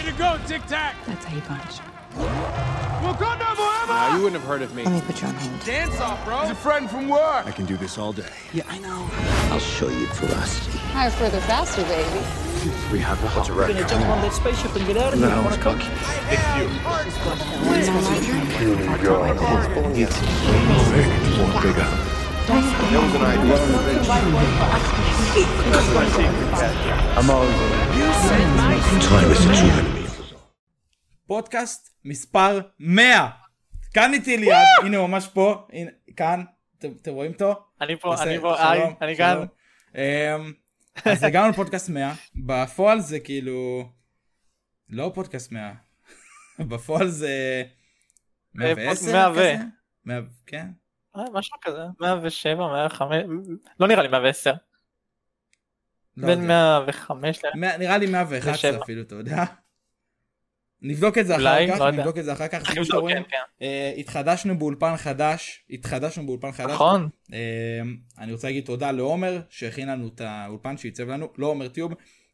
to go, Tic Tac. That's how you punch. Wakanda forever. Now, you wouldn't have heard of me. Let me put you on hold. Dance off, bro. He's a friend from work. I can do this all day. Yeah, I know. I'll show you ferocity. Higher, further, faster, baby. We have a hot We're gonna jump on that spaceship and get out of here. Wanna come? There was an idea. Time is a true enemy. פודקאסט מספר 100. כאן איתי ליד, הנה הוא ממש פה, הנה, כאן, אתם רואים אותו? אני פה, היי, אני כאן. אז הגענו לפודקאסט 100, בפועל זה כאילו, לא פודקאסט 100, בפועל זה 110 כזה? כן? משהו כזה, 107, 105, לא נראה לי 110. בין 105 ל... נראה לי 111 אפילו, אתה יודע? נבדוק את זה אחר כך, התחדשנו באולפן חדש, נכון. אני רוצה להגיד תודה לעומר שהכין לנו את האולפן שייצב לנו, לא עומר טיוב,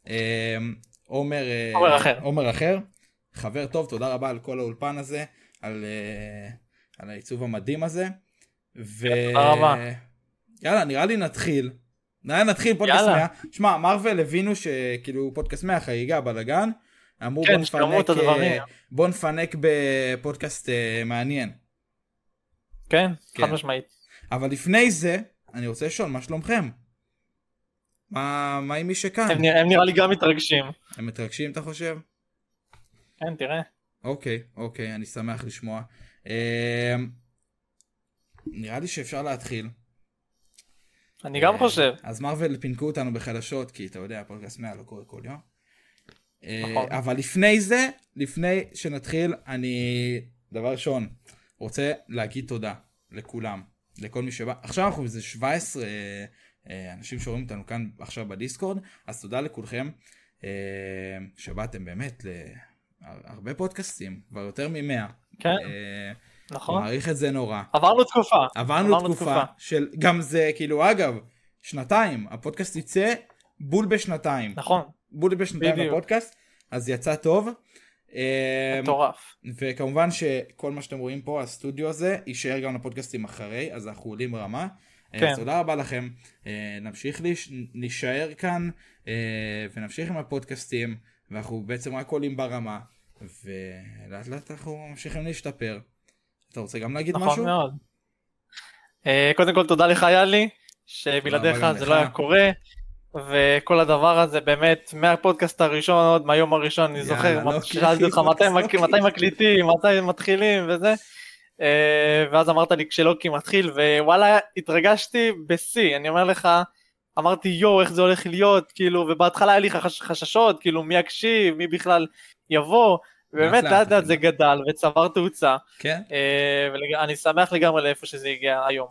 עומר אחר, חבר טוב, תודה רבה על כל האולפן הזה, על העיצוב המדהים הזה, יאללה נראה לי נתחיל פודקאסט 100, שמע מרוול הבינו שכאילו פודקאסט 100 חגיגה בלגן, אמרו בוא נפנק בפודקאסט מעניין. כן, חד משמעית. אבל לפני זה, אני רוצה לשאול, מה שלומכם? מה עם מי שכאן? הם נראה לי גם מתרגשים. הם מתרגשים, אתה חושב? כן, תראה. אוקיי, אני שמח לשמוע. נראה לי שאפשר להתחיל. אני גם חושב. אז מרוול פינקו אותנו בחדשות, כי אתה יודע, פודקאסט 100 לא קורה כל יום. אבל לפני שנתחיל, אני דבר ראשון רוצה להגיד תודה לכולם, לכל מי שבא. עכשיו אנחנו איזה 17 אנשים שרואים אותנו כאן עכשיו בדיסקורד, אז תודה לכולכם שבאתם באמת להרבה פודקאסטים, כבר יותר מ100. כן, נכון. מעריך את זה נורא. עברנו תקופה של גם זה כאילו אגב, שנתיים, הפודקאסט יצא בול בשנתיים. נכון. בול בשנתיים בפודקאסט, אז יצא טוב. מטורף. וכמובן שכל מה שאתם רואים פה, הסטודיו הזה, יישאר גם לפודקאסטים אחרי, אז אנחנו עולים רמה. אז תודה רבה לכם. נמשיך להישאר כאן, ונמשיך עם הפודקאסטים, ואנחנו בעצם רק עולים ברמה, ולאט לאט אנחנו ממשיכים להשתפר. אתה רוצה גם להגיד משהו? נכון מאוד. קודם כל תודה לך יאלי, שבלעדיך זה לא היה קורה. וכל הדבר הזה באמת מהפודקאסט הראשון, עוד מהיום הראשון, אני זוכר, שאלתי אותך מתי מקליטים, מתי מתחילים וזה, ואז אמרת לי כשלוקי מתחיל, ווואלה התרגשתי בסי, אני אומר לך, אמרתי יו איך זה הולך להיות, כאילו, ובהתחלה היה לי חששות, כאילו מי יקשיב, מי בכלל יבוא, ובאמת לאט לאט זה גדל וצבר תאוצה, ואני שמח לגמרי לאיפה שזה הגיע היום.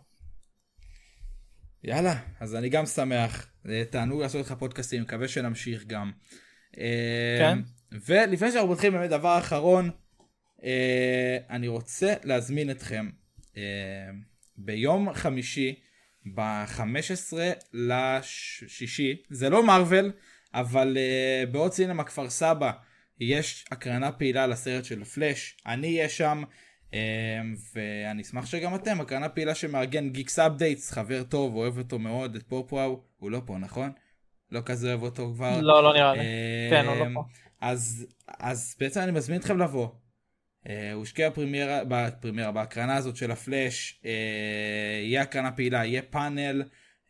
יאללה, אז אני גם שמח, תענוג לעשות לך פודקאסטים, מקווה שנמשיך גם. כן. ולפני שאנחנו מתחילים באמת דבר אחרון, אני רוצה להזמין אתכם ביום חמישי, ב-15 לשישי, זה לא מרוול, אבל בעוד סינמה כפר סבא, יש הקרנה פעילה לסרט של פלאש, אני אהיה שם, ואני אשמח שגם אתם, הקרנה פעילה שמארגן גיקס אפדייטס, חבר טוב, אוהב אותו מאוד, את פופוואו, הוא לא פה, נכון? לא כזה אוהב אותו כבר. לא נראה לי. כן, הוא לא פה. אז בעצם אני מזמין אתכם לבוא. הוא השקיע בהקרנה הזאת של הפלאש, יהיה הקרנה פעילה, יהיה פאנל,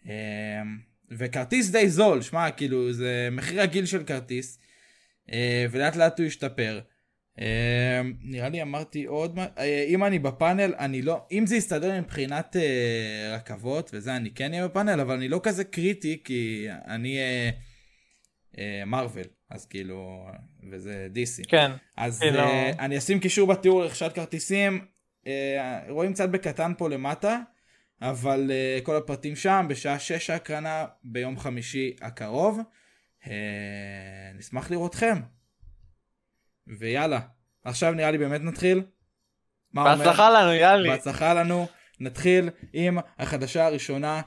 וכרטיס די זול, שמע, כאילו, זה מחיר הגיל של כרטיס, ולאט לאט הוא ישתפר. נראה לי אמרתי עוד, אם אני בפאנל, אני לא, אם זה יסתדר מבחינת רכבות, וזה אני כן אהיה בפאנל, אבל אני לא כזה קריטי, כי אני מרוול, אז כאילו, וזה DC. כן. אז אני אשים קישור בתיאור רכישת כרטיסים, רואים קצת בקטן פה למטה, אבל כל הפרטים שם, בשעה 6 ההקרנה, ביום חמישי הקרוב, נשמח לראותכם. ויאללה, עכשיו נראה לי באמת נתחיל. בהצלחה לנו, יאללה. בהצלחה לנו, נתחיל עם החדשה הראשונה.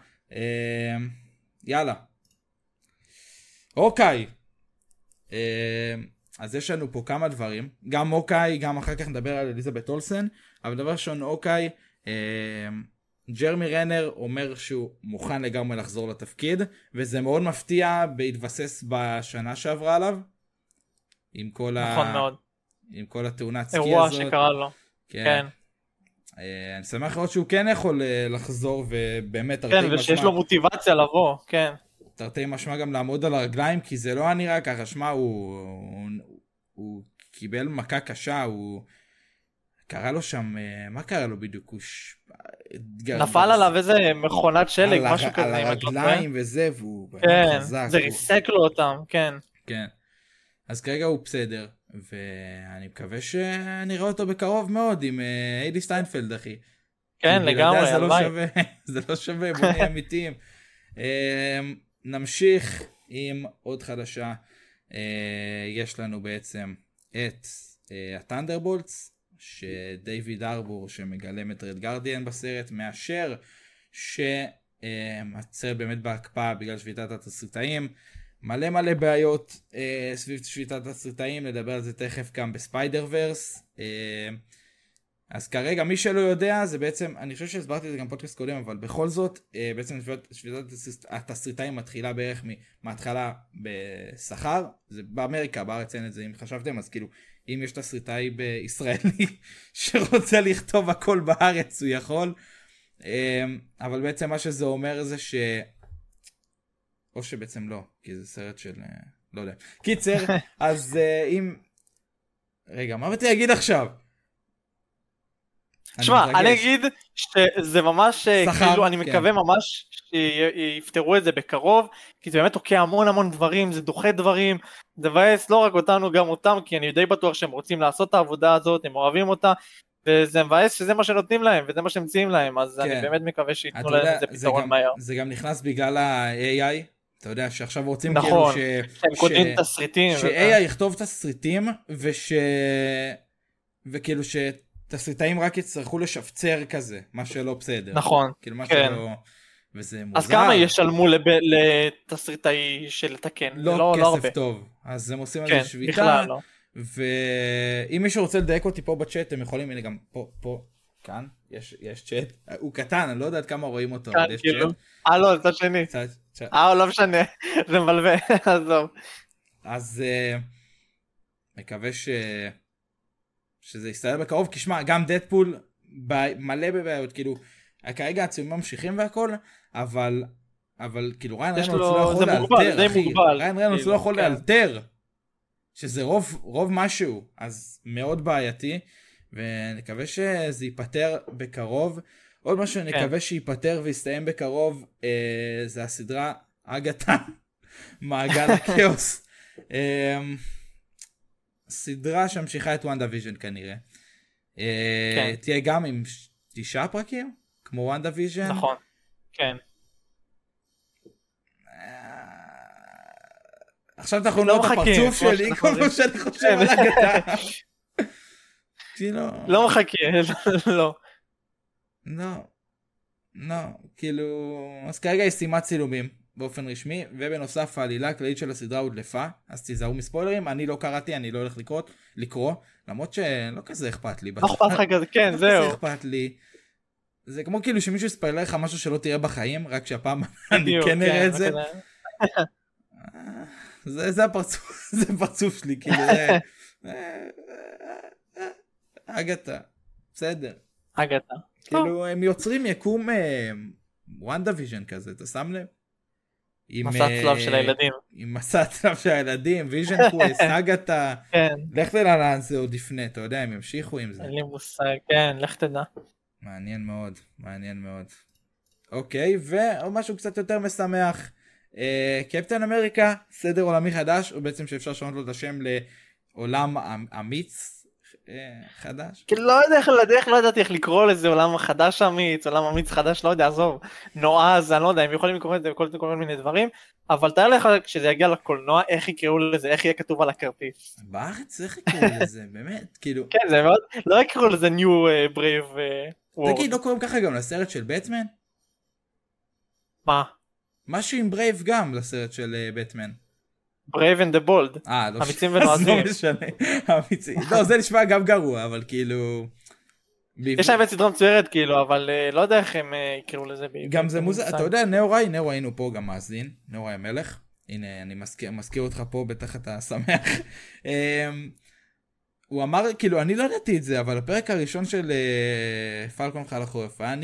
יאללה. אוקיי. אז יש לנו פה כמה דברים, גם אוקיי, גם אחר כך נדבר על אליזבת אולסן, אבל דבר ראשון אוקיי, ג'רמי רנר אומר שהוא מוכן לגמרי לחזור לתפקיד, וזה מאוד מפתיע בהתבסס בשנה שעברה עליו, עם כל נכון מאוד. עם כל התאונת סקי אירוע הזאת. שקרה לו. כן. אני שמח לראות שהוא כן יכול לחזור, ובאמת כן, ושיש לו מוטיבציה לבוא, כן. תרתי משמע גם לעמוד על הרגליים, כי זה לא נראה ככה, שמע, הוא קיבל מכה קשה, הוא קרה לו שם, מה קרה לו בדיוק? נפל עליו איזה מכונת שלג, משהו כזה. על הרגליים וזה, והוא כן, חזק. זה ריסק לו אותם, כן. כן. אז כרגע הוא בסדר, ואני מקווה שנראה אותו בקרוב מאוד עם איידי סטיינפלד, אחי. כן, לגמרי, הלוואי. זה לא שווה, בוא נהיה אמיתיים. נמשיך עם עוד חדשה. יש לנו בעצם את הטנדרבולטס, שדייוויד ארבור שמגלם את רד גרדיאן בסרט, מאשר שהסרט באמת בהקפאה בגלל שביתת התסריטאים. מלא בעיות סביב שביתת התסריטאים, נדבר על זה תכף גם בספיידר ורס. אז כרגע מי שלא יודע, זה בעצם, אני חושב שהסברתי את זה גם פודקאסט קודם, אבל בכל זאת, בעצם שביתת התסריטאים מתחילה בערך מההתחלה בשכר, זה באמריקה, בארץ אין את זה, אם חשבתם, אז כאילו, אם יש תסריטאי בישראלי שרוצה לכתוב הכל בארץ, הוא יכול, אבל בעצם מה שזה אומר זה או שבעצם לא, כי זה סרט של, לא יודע. קיצר, אז אם, רגע, מה באתי להגיד עכשיו? תשמע, אני אגיד שזה ממש, כאילו, אני מקווה ממש שיפתרו את זה בקרוב, כי זה באמת תוקע המון דברים, זה דוחה דברים, זה מבאס לא רק אותנו, גם אותם, כי אני די בטוח שהם רוצים לעשות את העבודה הזאת, הם אוהבים אותה, וזה מבאס שזה מה שנותנים להם, וזה מה שמציעים להם, אז אני באמת מקווה שיתנו להם את זה פתרון מהר. זה גם נכנס בגלל ה-AI, אתה יודע שעכשיו רוצים נכון, שהם כותבים תסריטים, ש-AI יכתוב תסריטים, וכאילו תסריטאים רק יצטרכו לשפצר כזה, מה שלא בסדר. נכון, כאילו מה כן. שלא, וזה מוזר. אז כמה ישלמו לתסריטאי של לתקן? לא כסף טוב, אז הם עושים על זה שביתה. בכלל לא. ואם מישהו רוצה לדייק אותי פה בצ'אט, הם יכולים, הנה גם פה, כאן, יש צ'אט. הוא קטן, אני לא יודע עד כמה רואים אותו. כאן, כאילו. לא, זה שני. לא משנה, זה מלווה, עזוב. אז מקווה שזה יסתדר בקרוב, כי שמע, גם דדפול מלא בבעיות, כאילו, כרגע הצילומים ממשיכים והכל, אבל כאילו ריין ריינולדס לא יכול לאלתר, אחי, ריין ריינולדס לא יכול לאלתר, שזה רוב משהו, אז מאוד בעייתי, ונקווה שזה ייפטר בקרוב. עוד משהו נקווה שיפטר ויסתיים בקרוב, זה הסדרה אגתה, מעגל הכאוס. סדרה שממשיכה את וונדה ויז'ן כנראה. תהיה גם עם 9 פרקים, כמו וונדה ויז'ן. נכון, כן. עכשיו אתה יכול לראות את הפרצוף שלי, כל מה שאני חושב על אגתה. לא מחכה, לא. לא, כאילו, אז כרגע יש שימת צילומים באופן רשמי, ובנוסף העלילה הכללית של הסדרה הודלפה, אז תיזהרו מספוילרים, אני לא קראתי, אני לא הולך לקרוא, למרות שלא כזה אכפת לי. לא אכפת לך כזה, כן, זהו. לא כזה אכפת לי. זה כמו כאילו שמישהו יספיילר לך משהו שלא תראה בחיים, רק שהפעם אני כן אראה את זה. זה הפרצוף שלי, כאילו זה... אגתה, בסדר. אגתה. כאילו הם יוצרים יקום וונדה ויז'ן כזה, אתה שם לב? מסע צלב של הילדים. עם מסע צלב של הילדים, ויז'ן קווייסט, אגתה. כן. לך תדע לאן זה עוד לפני, אתה יודע, הם ימשיכו עם זה. אין לי מושג, כן, לך תדע. מעניין מאוד. אוקיי, ועוד משהו קצת יותר משמח. קפטן אמריקה, סדר עולמי חדש, או בעצם שאפשר לשנות לו את השם לעולם אמיץ חדש. כאילו לא ידעתי איך לקרוא לזה עולם חדש אמיץ, עולם אמיץ חדש, לא יודע, עזוב, נועז, אני לא יודע, הם יכולים לקרוא את זה כל מיני דברים, אבל תאר לך כשזה יגיע לקולנוע, איך יקראו לזה, איך יהיה כתוב על הכרטיס. בארץ איך יקראו לזה, באמת, כאילו. כן, זה מאוד, לא יקראו לזה New Brave World. תגיד, לא קוראים ככה גם לסרט של בטמן? מה? משהו עם ברייב גם לסרט של בטמן. Brave and the Bold. אמיצים ונועזים. אז לא משנה. אמיצים. לא, זה נשמע גם גרוע, אבל כאילו... יש להם סדרה מצוירת כאילו, אבל לא יודע איך הם יקראו לזה. גם זה מוזר, אתה יודע, נאוראי היינו פה גם מאזין, נאוראי המלך. הנה, אני מזכיר אותך פה, בטח אתה שמח. הוא אמר, כאילו, אני לא ידעתי את זה, אבל הפרק הראשון של פלקון חייל החורף היה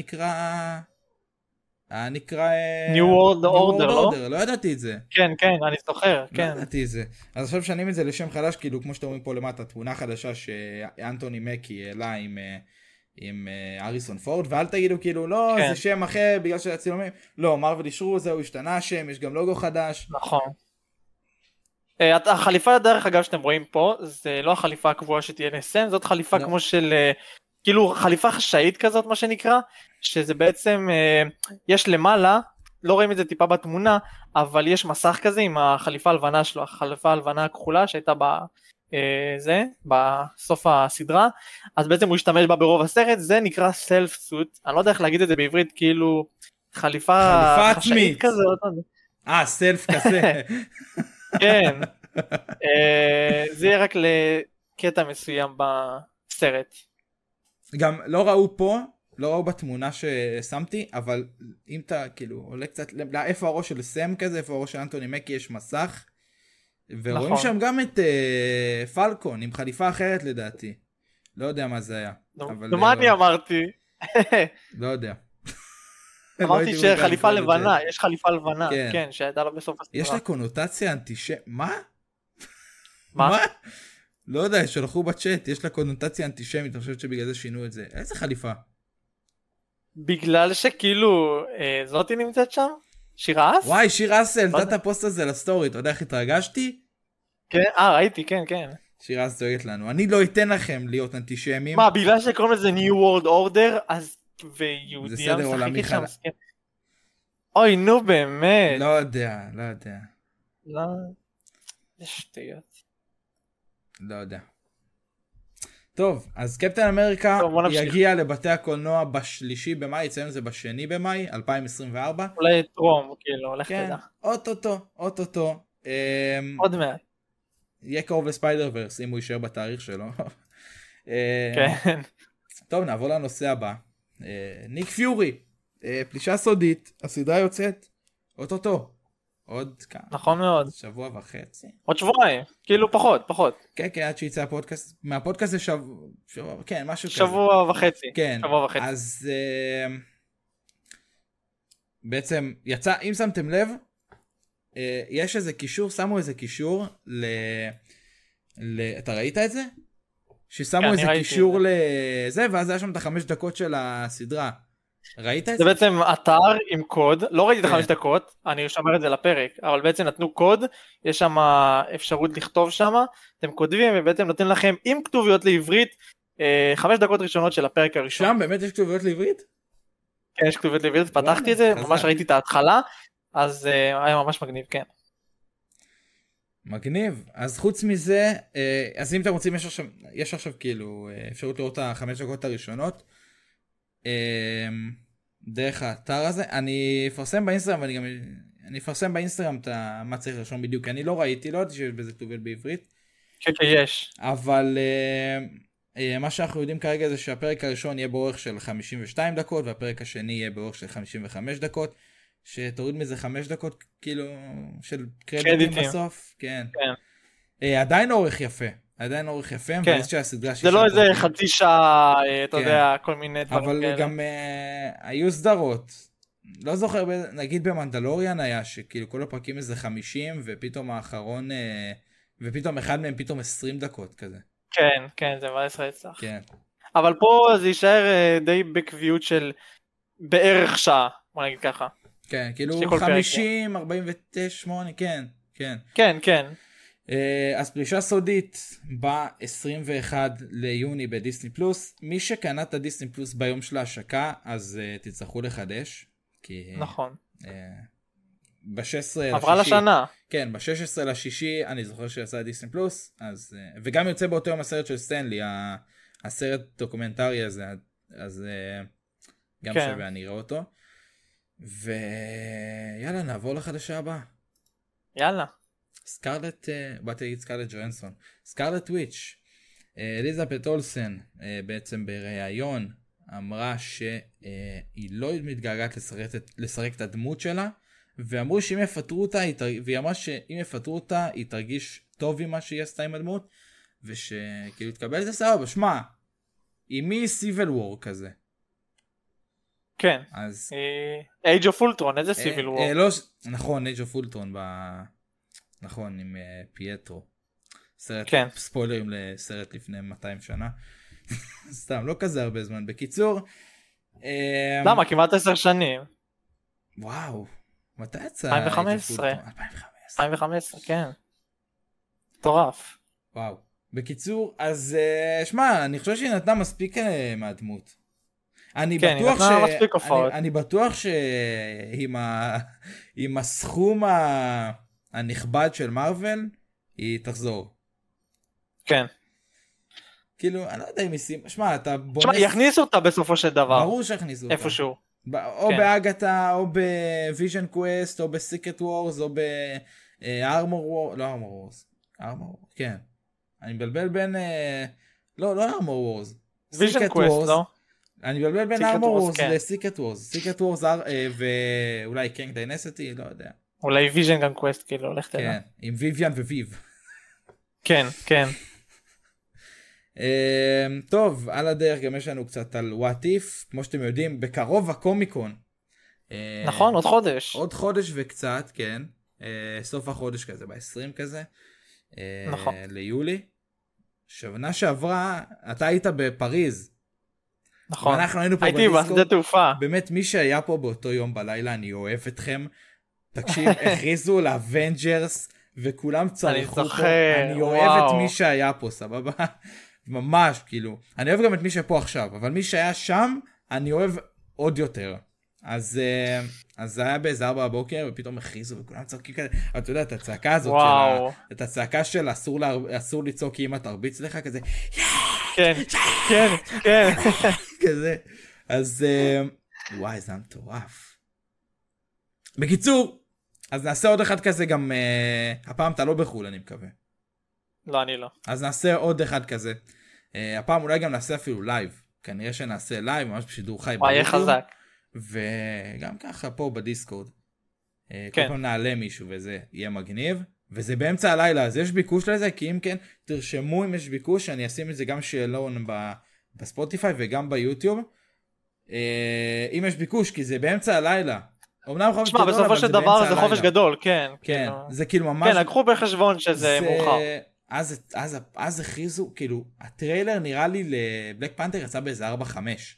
נקרא New World Order, לא? לא ידעתי את זה. כן, כן, אני זוכר, כן. לא ידעתי את זה. אז עכשיו שנים את זה לשם חדש, כאילו, כמו שאתם רואים פה למטה, תמונה חדשה שאנטוני מקי העלה עם אריסון פורד, ואל תגידו כאילו, לא, זה שם אחר בגלל שהצילומים, לא, מרוול אישרו, זהו, השתנה השם, יש גם לוגו חדש. נכון. החליפה דרך אגב שאתם רואים פה, זה לא החליפה הקבועה שתהיה נסם, זאת חליפה כמו של, כאילו חליפה חשאית כזאת מה שנקרא, שזה בעצם, יש למעלה, לא רואים את זה טיפה בתמונה, אבל יש מסך כזה עם החליפה הלבנה שלו, החליפה הלבנה הכחולה שהייתה בסוף הסדרה, אז בעצם הוא השתמש בה ברוב הסרט, זה נקרא סלף סוט, אני לא יודע איך להגיד את זה בעברית, כאילו חליפה חשאית כזאת. סלף כזה. כן, זה יהיה רק לקטע מסוים בסרט. גם לא ראו בתמונה ששמתי, אבל אם אתה כאילו עולה קצת, איפה הראש של סם כזה, איפה הראש של אנטוני מקי יש מסך, ורואים שם גם את פלקון עם חליפה אחרת לדעתי. לא יודע מה זה היה. מה אני אמרתי? לא יודע. אמרתי שחליפה לבנה, יש חליפה לבנה, כן, שהייתה לו בסוף הסדרה. יש לה קונוטציה אנטישמית, מה? מה? לא יודע, שלחו בצ'אט, יש לה קונוטציה אנטישמית, אני חושבת שבגלל זה שינו את זה. איזה חליפה? בגלל שכאילו, זאתי נמצאת שם? שיר אס? וואי, שיר אס העלתה את הפוסט הזה לסטורי, אתה יודע איך התרגשתי? כן, ראיתי, כן, כן. שיר אס דואגת לנו, אני לא אתן לכם להיות אנטישמים. מה, בגלל שקוראים לזה New World Order, אז ויהודיה משחקת שם. אוי, נו באמת. לא יודע. לא, זה שטויות. לא יודע. טוב, אז קפטן אמריקה יגיע לבתי הקולנוע בשלישי במאי, אצלנו זה בשני במאי, 2024. אולי טרום, כאילו, הולך תדע. אוטוטו. עוד מעט. יהיה קרוב לספיידר ורס, אם הוא יישאר בתאריך שלו. כן. טוב, נעבור לנושא הבא. ניק פיורי, פלישה סודית, הסדרה יוצאת, אוטוטו. עוד כאן. נכון מאוד. שבוע וחצי. עוד שבועיים, כאילו פחות. כן, עד שיצא הפודקאסט, מהפודקאסט זה שבוע, כן, משהו כזה. שבוע וחצי. כן, אז בעצם יצא, אם שמתם לב, יש איזה קישור, שמו איזה קישור אתה ראית את זה? ששמו איזה קישור לזה, ואז היה שם את 5 דקות של הסדרה. ראית את זה? זה בעצם אתר עם קוד, לא ראיתי את 5 דקות, אני שומר את זה לפרק, אבל בעצם נתנו קוד, יש שם אפשרות לכתוב שם, אתם כותבים ובעצם נותנים לכם עם כתוביות לעברית, 5 דקות ראשונות של הפרק הראשון. שם באמת יש כתוביות לעברית? כן, יש כתוביות לעברית, פתחתי את זה, ממש ראיתי את ההתחלה, אז היה ממש מגניב, כן. מגניב. אז חוץ מזה, אז אם אתם רוצים, יש עכשיו כאילו אפשרות לראות את 5 דקות הראשונות, דרך האתר הזה. אני אפרסם באינסטגרם, אני אפרסם באינסטגרם מה צריך לרשום בדיוק, אני לא ראיתי, לא יודעת שיש בזה כתוביות בעברית. כן, יש. אבל מה שאנחנו יודעים כרגע זה שהפרק הראשון יהיה באורך של 52 דקות, והפרק השני יהיה באורך של 55 דקות, שתוריד מזה 5 דקות כאילו של קרדיטים בסוף. כן. עדיין אורך יפה. כן. זה לא איזה חצי שעה, אתה יודע, כל מיני דברים כאלה. אבל גם היו סדרות. לא זוכר, נגיד במנדלוריאן היה שכאילו כל הפרקים איזה 50, ופתאום האחרון, ופתאום אחד מהם פתאום 20 דקות כזה. כן, זה מבאס רצח. כן. אבל פה זה יישאר די בקביעות של בערך שעה, בוא נגיד ככה. כן, כאילו 50, 48, כן. כן. אז פלישה סודית ב-21 ליוני בדיסני פלוס. מי שקנה את הדיסני פלוס ביום של ההשקה, אז תצטרכו לחדש. נכון. ב-16 עברה לשנה. כן, ב-16 לשישי אני זוכר שיצא דיסני פלוס, וגם יוצא באותו יום הסרט של סטנלי, הסרט דוקומנטרי הזה, אז גם שווה אני אראה אותו. ויאללה, נעבור לחדשה הבאה. יאללה. באתי להגיד סקרלט ג'ואנסון, סקרלט וויץ', אליזבת אולסן בעצם בראיון אמרה שהיא לא מתגעגעת לשחק את הדמות שלה, ואמרו שאם יפטרו אותה, והיא אמרה שאם יפטרו אותה היא תרגיש טוב עם מה שהיא עשתה עם הדמות, ושכאילו תקבל את זה סבבה, שמע, היא מי סיביל וור כזה. כן, אז Age of Ultron, איזה סיביל וור? נכון, Age of Ultron, נכון, עם פייטרו. סרט, ספוילרים לסרט לפני 200 שנה. סתם, לא כזה הרבה זמן. בקיצור, למה? כמעט 10 שנים. וואו, מתי יצא? 2015. 2015, כן. מטורף. וואו. בקיצור, אז שמע, אני חושב שהיא נתנה מספיק מהדמות. אני בטוח שעם הסכום הנכבד של מארוול, היא תחזור. כן. כאילו, אני לא יודע אם היא... שמע, אתה בונס... שמע, יכניסו אותה בסופו של דבר. ברור שיכניסו אותה. איפשהו. או באגתה, או בוויז'ן קווסט, או בסיקרט וורס, או בארמור וורס, לא ארמור וורס. ארמור, כן. אני מבלבל בין... לא ארמור וורס. ויז'ן קווסט, לא? אני מבלבל בין ארמור וורס לסיקרט וורס. סיקרט וורס ואולי קנג דיינסטי, לא יודע. אולי ויז'ן גם קווסט, כאילו, הולכת אליו. כן, עם ויויאן וויב. כן, כן. טוב, על הדרך גם יש לנו קצת על What If, כמו שאתם יודעים, בקרוב הקומיקון. נכון, עוד חודש. עוד חודש וקצת, כן. סוף החודש כזה, ב-20 כזה. נכון. ליולי. שנה שעברה, אתה היית בפריז. נכון. ואנחנו היינו פה הייתי בשדה תעופה. באמת, מי שהיה פה באותו יום בלילה, אני אוהב אתכם. תקשיב, הכריזו לאבנג'רס, וכולם צרכו פה. אני אוהב את מי שהיה פה, סבבה? ממש, כאילו. אני אוהב גם את מי שפה עכשיו, אבל מי שהיה שם, אני אוהב עוד יותר. אז זה היה באיזה 4 בבוקר, ופתאום הכריזו, וכולם צורקים כזה. אתה יודע, את הצעקה הזאת את הצעקה של אסור לצעוק כי אמא תרביץ לך, כזה. כן, כן, כן. כזה. אז, וואי, זה מטורף. בקיצור, אז נעשה עוד אחד כזה גם, הפעם אתה לא בחול, אני מקווה. לא, אני לא. אז נעשה עוד אחד כזה. הפעם אולי גם נעשה אפילו לייב. כנראה שנעשה לייב, ממש בשידור חי. יהיה חזק. וגם ככה פה בדיסקורד. כל פעם נעלה מישהו וזה יהיה מגניב. וזה באמצע הלילה, אז יש ביקוש לזה, כי אם כן, תרשמו אם יש ביקוש, אני אשים את זה גם שאלון בספוטיפיי וגם ביוטיוב. אם יש ביקוש, כי זה באמצע הלילה. תשמע, בסופו של דבר זה חופש גדול, כן. כן, זה כאילו ממש... כן, לקחו בחשבון שזה מאוחר. אז הכריזו, כאילו, הטריילר נראה לי לבלק פנתר יצא באיזה 4-5.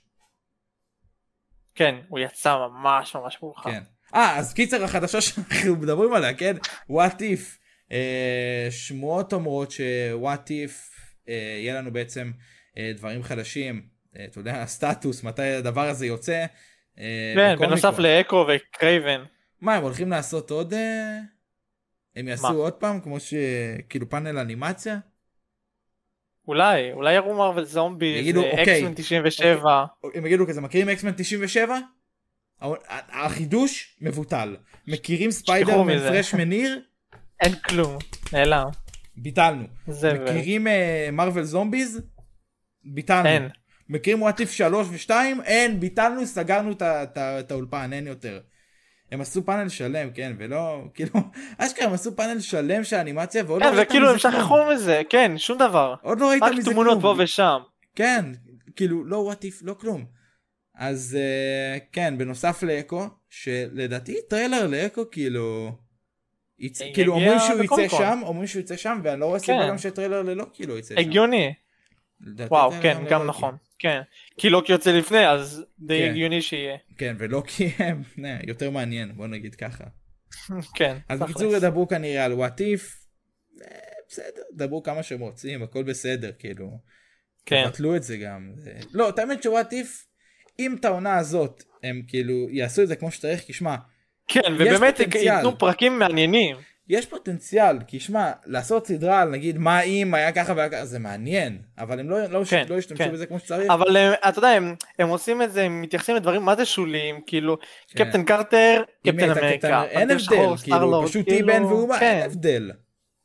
כן, הוא יצא ממש ממש מאוחר. כן. אז קיצר החדשה שאנחנו מדברים עליה, כן? What If. שמועות אומרות ש-What If יהיה לנו בעצם דברים חדשים. אתה יודע, הסטטוס, מתי הדבר הזה יוצא. כן, בנוסף לאקו וקרייבן. מה, הם הולכים לעשות עוד... הם יעשו עוד פעם, כמו שכאילו פאנל אנימציה? אולי יראו מרוול זומבי, אקסמן 97. הם יגידו כזה, מכירים אקסמן 97? החידוש מבוטל. מכירים ספיידרמן פרש מניר? אין כלום, נעלם. ביטלנו. מכירים מרוול זומביז? ביטלנו. אין. מכירים What If 3 ו2? אין, ביטלנו, סגרנו את האולפן, אין יותר. הם עשו פאנל שלם, כן, ולא, כאילו, אשכרה הם עשו פאנל שלם של האנימציה, ועוד לא ראית מזה כלום. וכאילו הם שכחו מזה, כן, שום דבר. עוד לא ראית מזה כלום. רק תמונות פה ושם. כן, כאילו, לא What If, לא כלום. אז כן, בנוסף לאקו, שלדעתי טריילר לאקו, כאילו, אומרים שהוא יצא שם, ואני לא רואה סיבה גם שטריילר ללא כאילו יצא שם. הגיוני. וואו, כן, גם נכון. כן, כי לוקי יוצא לפני, אז די הגיוני שיהיה. כן, ולוקי יותר מעניין, בוא נגיד ככה. כן. אז בקיצור ידברו כנראה על What If, בסדר, דברו כמה שהם רוצים, הכל בסדר, כאילו. כן. תבטלו את זה גם. לא, תאמת ש-What If, אם את העונה הזאת, הם כאילו יעשו את זה כמו שצריך, כי שמה, כן, ובאמת ייתנו פרקים מעניינים. יש פוטנציאל, כי שמע, לעשות סדרה על נגיד מה אם היה ככה והיה ככה, זה מעניין, אבל הם לא ישתמשו בזה כמו שצריך. אבל אתה יודע, הם עושים את זה, הם מתייחסים לדברים, מה זה שוליים, כאילו, קפטן קרטר, קפטן אמריקה. אין הבדל, כאילו, פשוט טיבן והוא בא, אין הבדל.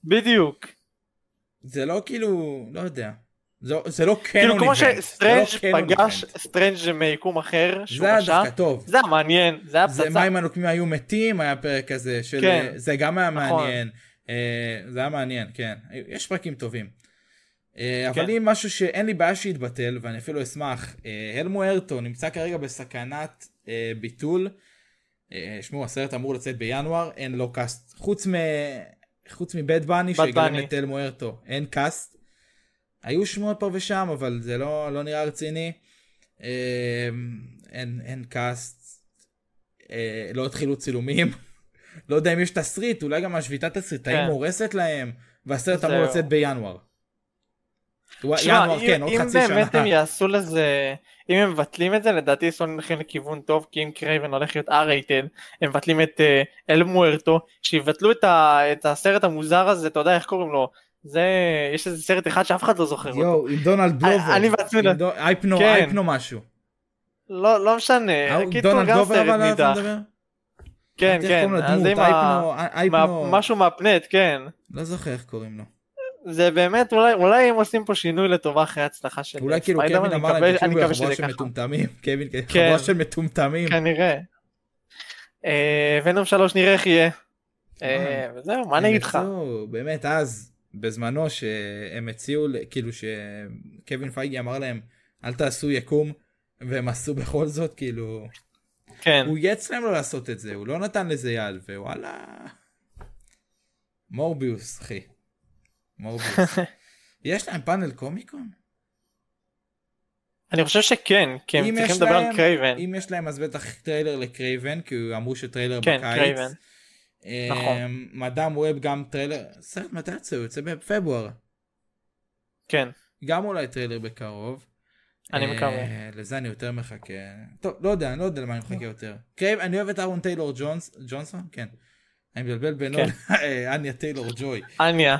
בדיוק. זה לא כאילו, לא יודע. זה לא כאילו קנון כמו איבנט. שסטרנג' פגש סטרנג' מיקום אחר, זה היה דווקא טוב. זה היה מעניין, זה היה פצצה. זה מים הנוקמים היו מתים, היה פרק כזה של... כן. זה גם היה נכון. מעניין. זה היה מעניין, כן. יש פרקים טובים. אבל אם משהו שאין לי בעיה שיתבטל, ואני אפילו אשמח, אל מוארטו נמצא כרגע בסכנת ביטול. שמעו, הסרט אמור לצאת בינואר, אין לו קאסט. חוץ מבית בני שגלם את אל מוארטו, אין קאסט. היו שמועות פה ושם, אבל זה לא נראה רציני. אין קאסט. לא התחילו צילומים. לא יודע אם יש תסריט, אולי גם השביתת תסריטאים הורסת להם, והסרט אמור לצאת בינואר. ינואר, כן, עוד חצי שנה. אם באמת הם יעשו לזה, אם הם מבטלים את זה, לדעתי סוני הולכים לכיוון טוב, כי אם קרייבן הולך להיות R-rated, הם מבטלים את אל מוארטו, שיבטלו את הסרט המוזר הזה, אתה יודע איך קוראים לו, יש איזה סרט אחד שאף אחד לא זוכר אותו. יואו, עם דונלד גלובר. אני בעצמי... אייפנו משהו. לא משנה. דונלד גלובר אבל אתה מדבר? כן, כן. משהו מהפנט, כן. לא זוכר איך קוראים לו. זה באמת, אולי הם עושים פה שינוי לטובה אחרי ההצלחה של אולי כאילו קווין אמר להם, תקשיבו לחברה של מטומטמים. קווין, חברה של מטומטמים. כנראה. ונום 3 נראה איך יהיה. וזהו, מה אני אגיד לך? באמת אז, בזמנו שהם הציעו, כאילו שקווין פייגי אמר להם, אל תעשו יקום, והם עשו בכל זאת, כאילו... כן. הוא יצא להם לא לעשות את זה, הוא לא נתן לזה יד, ווואלה... מורביוס, אחי. מורביוס. יש להם פאנל קומיקון? אני חושב שכן, כי הם צריכים לדבר על קרייבן. אם יש להם אז בטח טריילר לקרייבן, כי הוא אמרו שטריילר כן, בקיץ. קרייבן. נכון. מדאם ווב גם טריילר, סרט מתי יצא? הוא יוצא בפברואר. כן. גם אולי טריילר בקרוב. אני מקווה. לזה אני יותר מחכה. טוב, לא יודע, אני לא יודע למה אני מחכה יותר. אני אוהב את אהרון טיילור ג'ונסון, כן. אני מבלבל בינו, אניה טיילור ג'וי. אניה.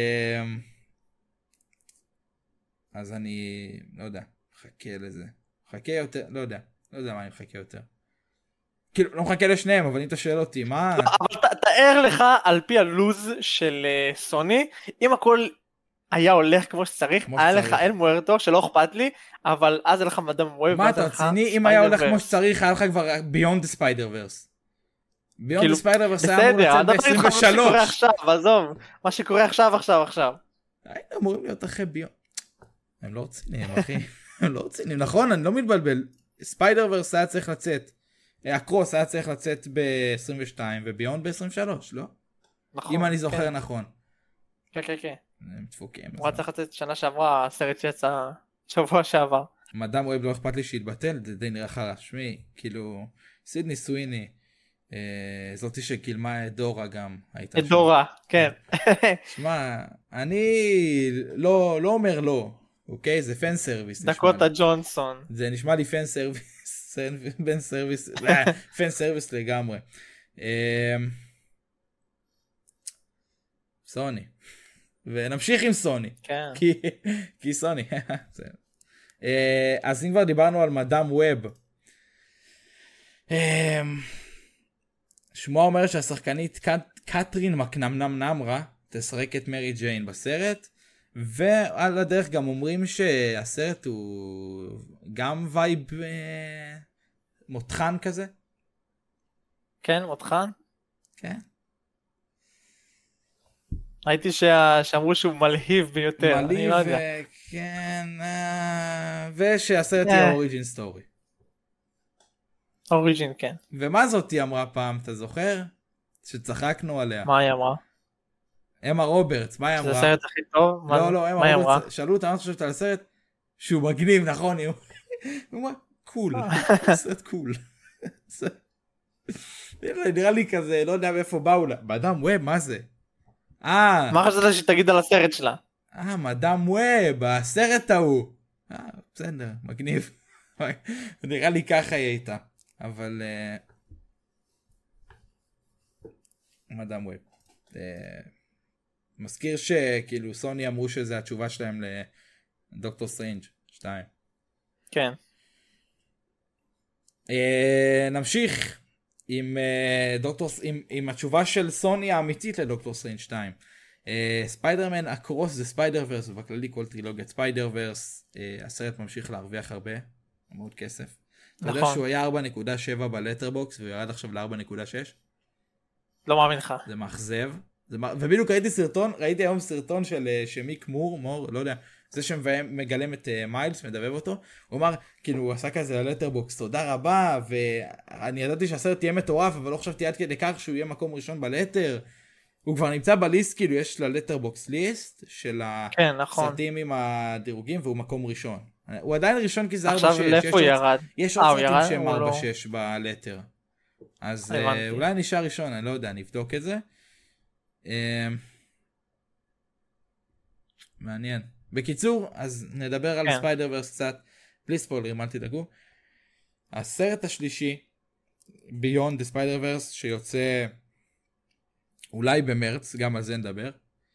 אז אני, לא יודע, מחכה לזה. מחכה יותר, לא יודע מה אני מחכה יותר. כאילו, לא מחכה לשניהם, אבל אם אתה שואל אותי, מה... אבל תאר לך על פי הלוז של סוני, אם הכל היה הולך כמו שצריך, היה לך אל מוארטו שלא אכפת לי, אבל אז היה לך מדאם ווב. מה אתה רציני? אם היה הולך כמו שצריך, היה לך כבר Beyond the Spider-Verse. Beyond the Spider-Verse היה אמור לצאת ב-23. מה שקורה עכשיו. היינו אמורים להיות אחרי ביונד. הם לא רציניים, אחי. הם לא רציניים. נכון, אני לא מתבלבל. Spider-Verse היה צריך לצאת. הקרוס היה צריך לצאת ב-22 וביונד ב-23, לא? נכון. אם אני זוכר נכון. כן. הם דפוקים. הוא היה צריך לצאת שנה שעברה, הסרט שיצא שבוע שעבר. מדאם ווב לא אכפת לי שהתבטל, זה די נראה חרא. שמי, כאילו, סידני סוויני, זאתי שגילמה את דורה גם. את דורה, כן. שמע, אני לא אומר לא, אוקיי? זה פן סרוויס. דקוטה ג'ונסון. זה נשמע לי פן סרוויס, פן סרוויס לגמרי. סוני. ונמשיך עם סוני. כן. כי סוני. אז אם כבר דיברנו על מדאם ווב, שמועה אומרת שהשחקנית קטרין מקנמנם נמרה תשחק את מרי ג'יין בסרט, ועל הדרך גם אומרים שהסרט הוא גם וייב מותחן כזה. כן, מותחן? כן. ראיתי שאמרו שהוא מלהיב ביותר. מלהיב, כן. ושהסרט יהיה אוריג'ין סטורי. אוריג'ין, כן. ומה זאת היא אמרה פעם, אתה זוכר? שצחקנו עליה. מה היא אמרה? אמה רוברטס, מה היא אמרה? זה הסרט הכי טוב? לא, אמה רוברטס, שאלו אותה, מה חושבת על הסרט? שהוא מגניב, נכון? היא אמרה, קול, סרט קול. נראה לי כזה, לא יודע מאיפה באו לה. מדאם ווב, מה זה? מה חשבת שתגיד על הסרט שלה? מדאם ווב, הסרט ההוא. בסדר, מגניב. נראה לי ככה היא הייתה. אבל... מדאם ווב. מזכיר שכאילו סוני אמרו שזה התשובה שלהם לדוקטור סטרנג' 2. כן. נמשיך עם התשובה של סוני האמיתית לדוקטור סטרנג' 2. ספיידרמן אקרוס זה ספיידר ורס, ובכללי כל טרילוגיית ספיידר ורס, הסרט ממשיך להרוויח הרבה, מאוד כסף. אתה יודע שהוא היה 4.7 בלטרבוקס, והוא ירד עכשיו ל-4.6? לא מאמין לך. זה מאכזב. ובדיוק ראיתי היום סרטון של מיק מור, לא יודע, זה שמגלם את מיילס, מדבב אותו, הוא אמר, כאילו הוא עשה כזה ללטרבוקס, תודה רבה, ואני ידעתי שהסרט תהיה מטורף, אבל לא חשבתי עד כדי כך שהוא יהיה מקום ראשון בלטר, הוא כבר נמצא בליסט, כאילו יש ללטרבוקס ליסט, של הסרטים עם הדירוגים, והוא מקום ראשון. הוא עדיין ראשון כי זה 4.6. עכשיו לאיפה ירד? יש עוד סרטים שהם 4.6 בלטר. אז אולי נשאר ראשון, אני לא יודע, נבדוק את זה. מעניין. בקיצור, אז נדבר על ספיידר ורס קצת, בלי ספוילרים, אל תדאגו. הסרט השלישי, Beyond the Spider-Verse, שיוצא אולי במרץ, גם על זה נדבר.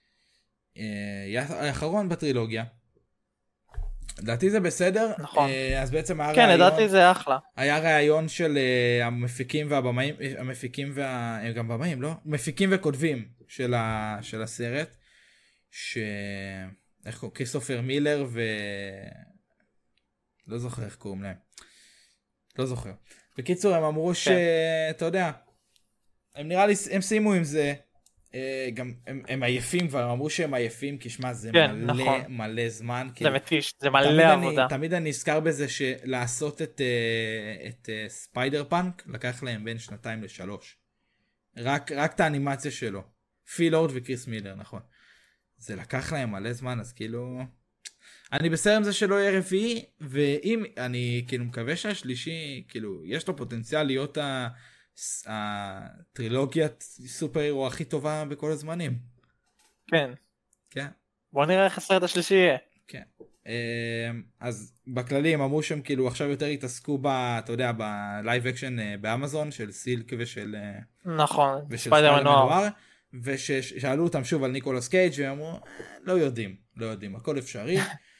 האחרון בטרילוגיה. לדעתי זה בסדר. נכון. אז בעצם היה כן, לדעתי זה אחלה. היה רעיון של המפיקים והבמאים, גם במאים, לא? מפיקים וכותבים של הסרט, איך קוראים? כריסטופר מילר לא זוכר איך קוראים להם. לא זוכר. בקיצור, הם אמרו שאתה יודע, הם נראה לי, הם סיימו עם זה, גם הם עייפים כבר, הם אמרו שהם עייפים, כי שמה זה מלא זמן. זה מתיש, זה מלא עבודה. תמיד אני נזכר בזה שלעשות את ספיידר פאנק, לקח להם בין 2-3. רק את האנימציה שלו. פיל לורד וקריס מילר, נכון. זה לקח להם מלא זמן, אז כאילו... אני בסדר עם זה שלא יהיה רביעי, ואם אני כאילו מקווה שהשלישי, כאילו, יש לו פוטנציאל להיות הטרילוגיית סופר הירו הכי טובה בכל הזמנים. כן. כן. בוא נראה איך הסרט השלישי יהיה. כן. אז בכללי הם אמרו שהם כאילו עכשיו יותר התעסקו אתה יודע, בלייב אקשן באמזון של סילק ושל... נכון, ושל ספיידר-מן נוער. ושאלו אותם שוב על ניקולס קייג' והם אמרו, לא יודעים, הכל אפשרי.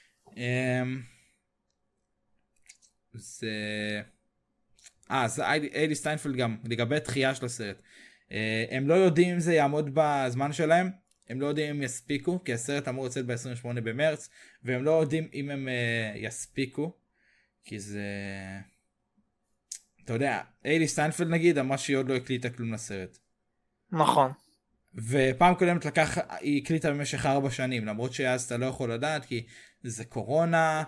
אז איילי סטיינפלד גם, לגבי תחייה של הסרט. הם לא יודעים אם זה יעמוד בזמן שלהם, הם לא יודעים אם יספיקו, כי הסרט אמור לצאת ב-28 במרץ, והם לא יודעים אם הם יספיקו, כי זה... אתה יודע, איילי סטיינפלד נגיד, אמרה שהיא עוד לא הקליטה כלום לסרט. נכון. ופעם קודמת היא הקליטה במשך 4 שנים, למרות שאז אתה לא יכול לדעת, כי זה קורונה,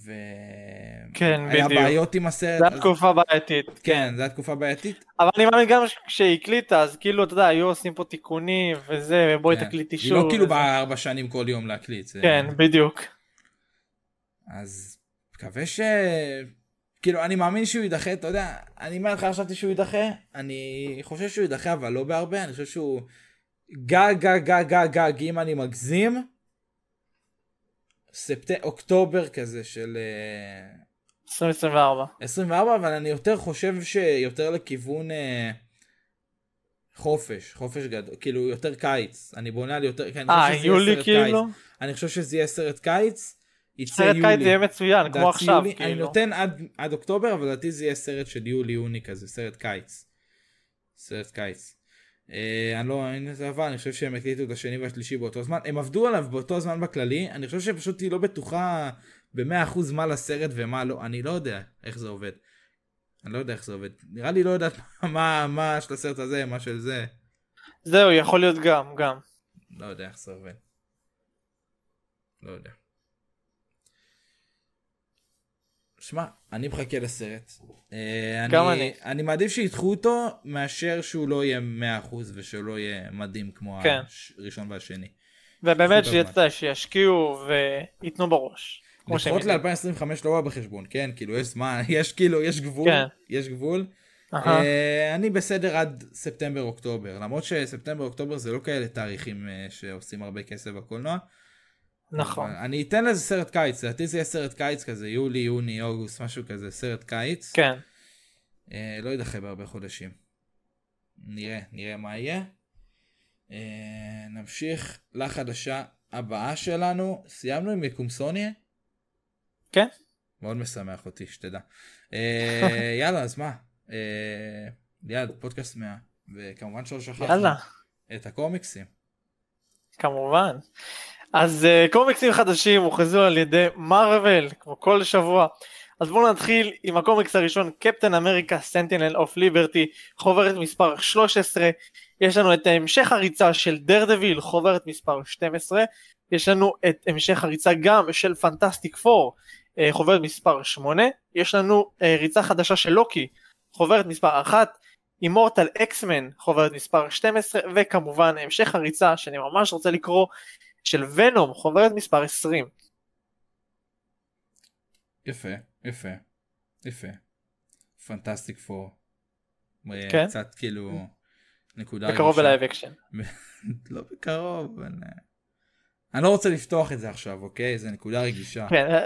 והיה בעיות עם הסרט. זה התקופה בעייתית. כן, זה התקופה בעייתית. אבל אני מאמין גם כשהיא הקליטה, אז כאילו, אתה יודע, היו עושים פה תיקונים, וזה, ובואי תקליטי שוב. היא לא כאילו ב4 שנים כל יום להקליט. כן, בדיוק. אז מקווה כאילו, אני מאמין שהוא יידחה, אתה יודע, אני אומר לך, חשבתי שהוא יידחה, אני חושב שהוא יידחה, אבל לא בהרבה, אני חושב שהוא גג, אם אני מגזים, אוקטובר כזה של 2024, אבל אני יותר חושב שיותר לכיוון חופש גדול, כאילו יותר קיץ, אני בונה לי יותר, יולי כאילו? אני חושב שזה יהיה סרט קיץ, סרט קיץ יהיה מצוין, כמו עכשיו. אני נותן עד אוקטובר, אבל לדעתי זה יהיה סרט של יולי-יוני כזה, סרט קיץ. אני לא מאמין לזה, אבל אני חושב שהם הקליטו את השני והשלישי באותו זמן. הם עבדו עליו באותו זמן בכללי, אני חושב שפשוט היא לא בטוחה ב100% מה לסרט ומה לא, אני לא יודע איך זה עובד. נראה לי לא יודעת מה של הסרט הזה, מה של זה. זהו, יכול להיות גם. לא יודע איך זה עובד. לא יודע. שמע, אני מחכה לסרט. גם אני. אני מעדיף שידחו אותו מאשר שהוא לא יהיה 100% ושהוא לא יהיה מדהים כמו הראשון והשני. ובאמת שישקיעו ויתנו בראש. לפחות ל-2025 לא בא בחשבון, כן? כאילו יש זמן, יש גבול. אני בסדר עד ספטמבר-אוקטובר, למרות שספטמבר-אוקטובר זה לא כאלה תאריכים שעושים הרבה כסף בקולנוע. נכון. אני אתן לזה סרט קיץ, לדעתי זה יהיה סרט קיץ כזה, יולי, יוני, אוגוסט, משהו כזה, סרט קיץ. כן. לא ידחה בהרבה חודשים. נראה מה יהיה. נמשיך לחדשה הבאה שלנו. סיימנו עם קומסוניה? כן. מאוד משמח אותי, שתדע. יאללה, אז מה? ליד, פודקאסט 100, וכמובן שלא שכחנו את הקומיקסים. כמובן. אז קומיקסים חדשים הוכרזו על ידי מארוול, כמו כל שבוע. אז בואו נתחיל עם הקומיקס הראשון, קפטן אמריקה סנטינל אוף ליברטי, חוברת מספר 13. יש לנו את המשך הריצה של דרדוויל, חוברת מספר 12. יש לנו את המשך הריצה גם של פנטסטיק פור, חוברת מספר 8. יש לנו ריצה חדשה של לוקי, חוברת מספר 1. אימורטל אקסמן, חוברת מספר 12. וכמובן המשך הריצה שאני ממש רוצה לקרוא, של ונום, חוברת מספר 20. יפה, יפה, יפה. פנטסטיק פור. כן? קצת כאילו נקודה רגישה. בקרוב בלייב אקשן. לא בקרוב, אבל... אני לא רוצה לפתוח את זה עכשיו, אוקיי? זה נקודה רגישה. כן.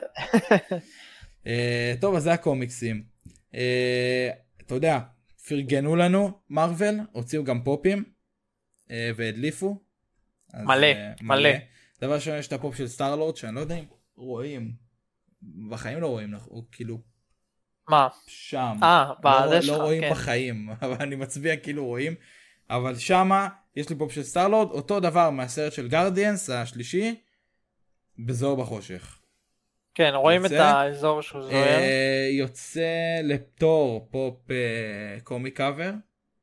טוב, אז זה הקומיקסים. אתה יודע, פרגנו לנו, מארוול, הוציאו גם פופים, והדליפו. מלא, מלא. דבר ראשון, יש את הפופ של סטארלורד, שאני לא יודע אם רואים, בחיים לא רואים, הוא כאילו... מה? שם. בזה שלך, לא רואים כן. בחיים, אבל אני מצביע כאילו רואים. אבל שמה, יש לי פופ של סטארלורד, אותו דבר מהסרט של גרדיאנס, השלישי, בזוהר בחושך. כן, רואים את האזור שהוא זוהר. יוצא לפטור פופ קומי קאבר.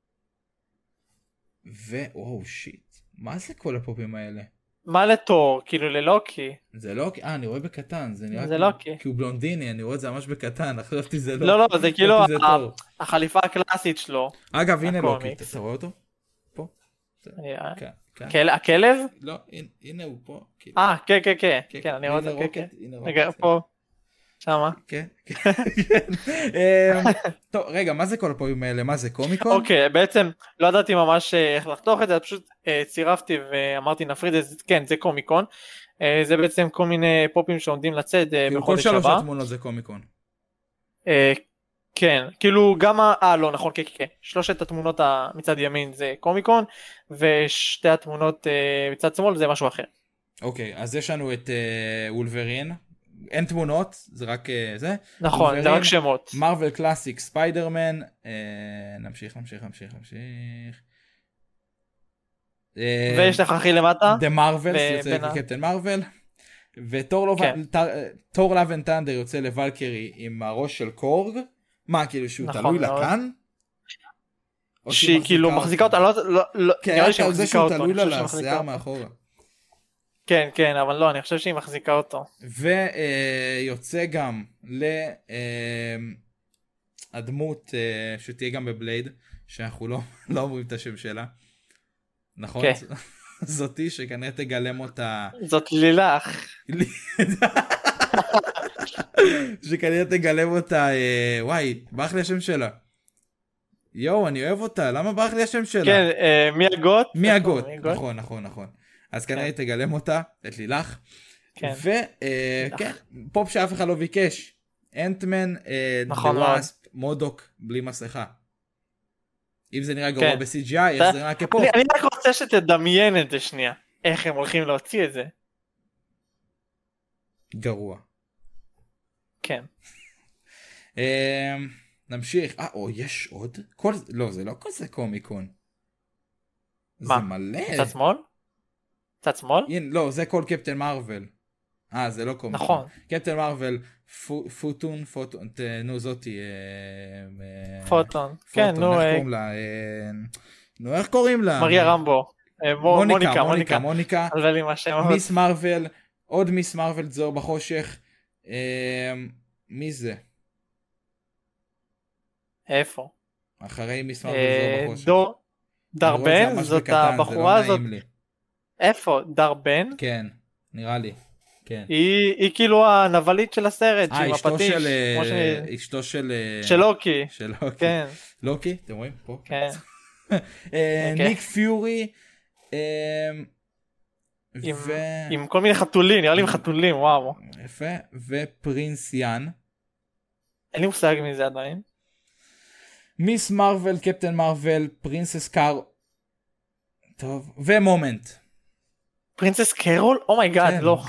וואו שיט, מה זה כל הפופים האלה? מה לתור? כאילו ללוקי. זה לוקי? אני רואה בקטן, זה נראה זה לוקי. כי הוא בלונדיני, אני רואה את זה ממש בקטן, חשבתי זה לא. לא, זה כאילו החליפה הקלאסית שלו. אגב, הנה לוקי, אתה רואה אותו? פה? כן. הכלב? לא, הנה הוא פה. כן, אני רואה את זה, כן. רגע, פה. שמה. כן. טוב, רגע, מה זה כל הפופים האלה? מה זה, קומיקון? אוקיי, בעצם לא ידעתי ממש איך לחתוך את זה, פשוט צירפתי ואמרתי נפריד את זה, כן, זה קומיקון. זה בעצם כל מיני פופים שעומדים לצאת בחודש הבא. כל שלוש התמונות זה קומיקון. כן, כאילו גם, לא, נכון, כן. שלושת התמונות מצד ימין זה קומיקון, ושתי התמונות מצד שמאל זה משהו אחר. אוקיי, אז יש לנו את וולברין. אין תמונות, זה רק זה. נכון, זה רק שמות. מרוול קלאסיק, ספיידרמן, נמשיך. ויש לך הכי למטה. The Marvels, יוצא קפטן מרוול. וטור לאב אנד טנדר יוצא לוולקרי עם הראש של קורג. מה, כאילו שהוא תלוי לכאן? שהיא כאילו מחזיקה אותה, נראה לי שהיא מחזיקה אותו. תלוי לה לשיער מאחורה. כן, אבל לא, אני חושב שהיא מחזיקה אותו. ויוצא גם הדמות שתהיה גם בבלייד, שאנחנו לא אומרים את השם שלה. נכון? זאתי שכנראה תגלם אותה... זאת לילך. שכנראה תגלם אותה... וואי, ברח לי השם שלה. יואו, אני אוהב אותה, למה ברח לי השם שלה? כן, מי הגות. נכון. אז כנראה היא תגלם אותה, את לילך. וכן, פופ שאף אחד לא ביקש. אנטמן, דוואספ, מודוק, בלי מסכה. אם זה נראה גרוע ב-CGI, איך זה נראה כפופ? אני רק רוצה שתדמיין את זה שנייה. איך הם הולכים להוציא את זה. גרוע. כן. נמשיך. יש עוד? לא, זה לא כזה קומיקון. זה מלא. צד שמאל? צד שמאל? לא, זה כל קפטן מארוול. זה לא קומיקון. נכון. קפטן מארוול, פוטון, נו זאתי. פוטון. כן, נו. איך קוראים לה? מריה רמבו. מוניקה. מיס מארוול, עוד מיס מארוול זוהר בחושך. מי זה? איפה? אחרי מיס מארוול זוהר בחושך. דרבן? זאת הבחורה הזאת. איפה? דרבן? כן, נראה לי. כן. היא כאילו הנבלית של הסרט, שהיא מפתיש. אשתו של לוקי. כן. לוקי, אתם רואים? פה. כן. ניק פיורי. עם כל מיני חתולים, נראה לי עם חתולים, וואו. יפה. ופרינס יאן. אין לי מושג מזה עדיין. מיס מארוול, קפטן מארוול, פרינסס קאר. טוב. ומומנט. פרינסס קרול? אומייגאד, לא.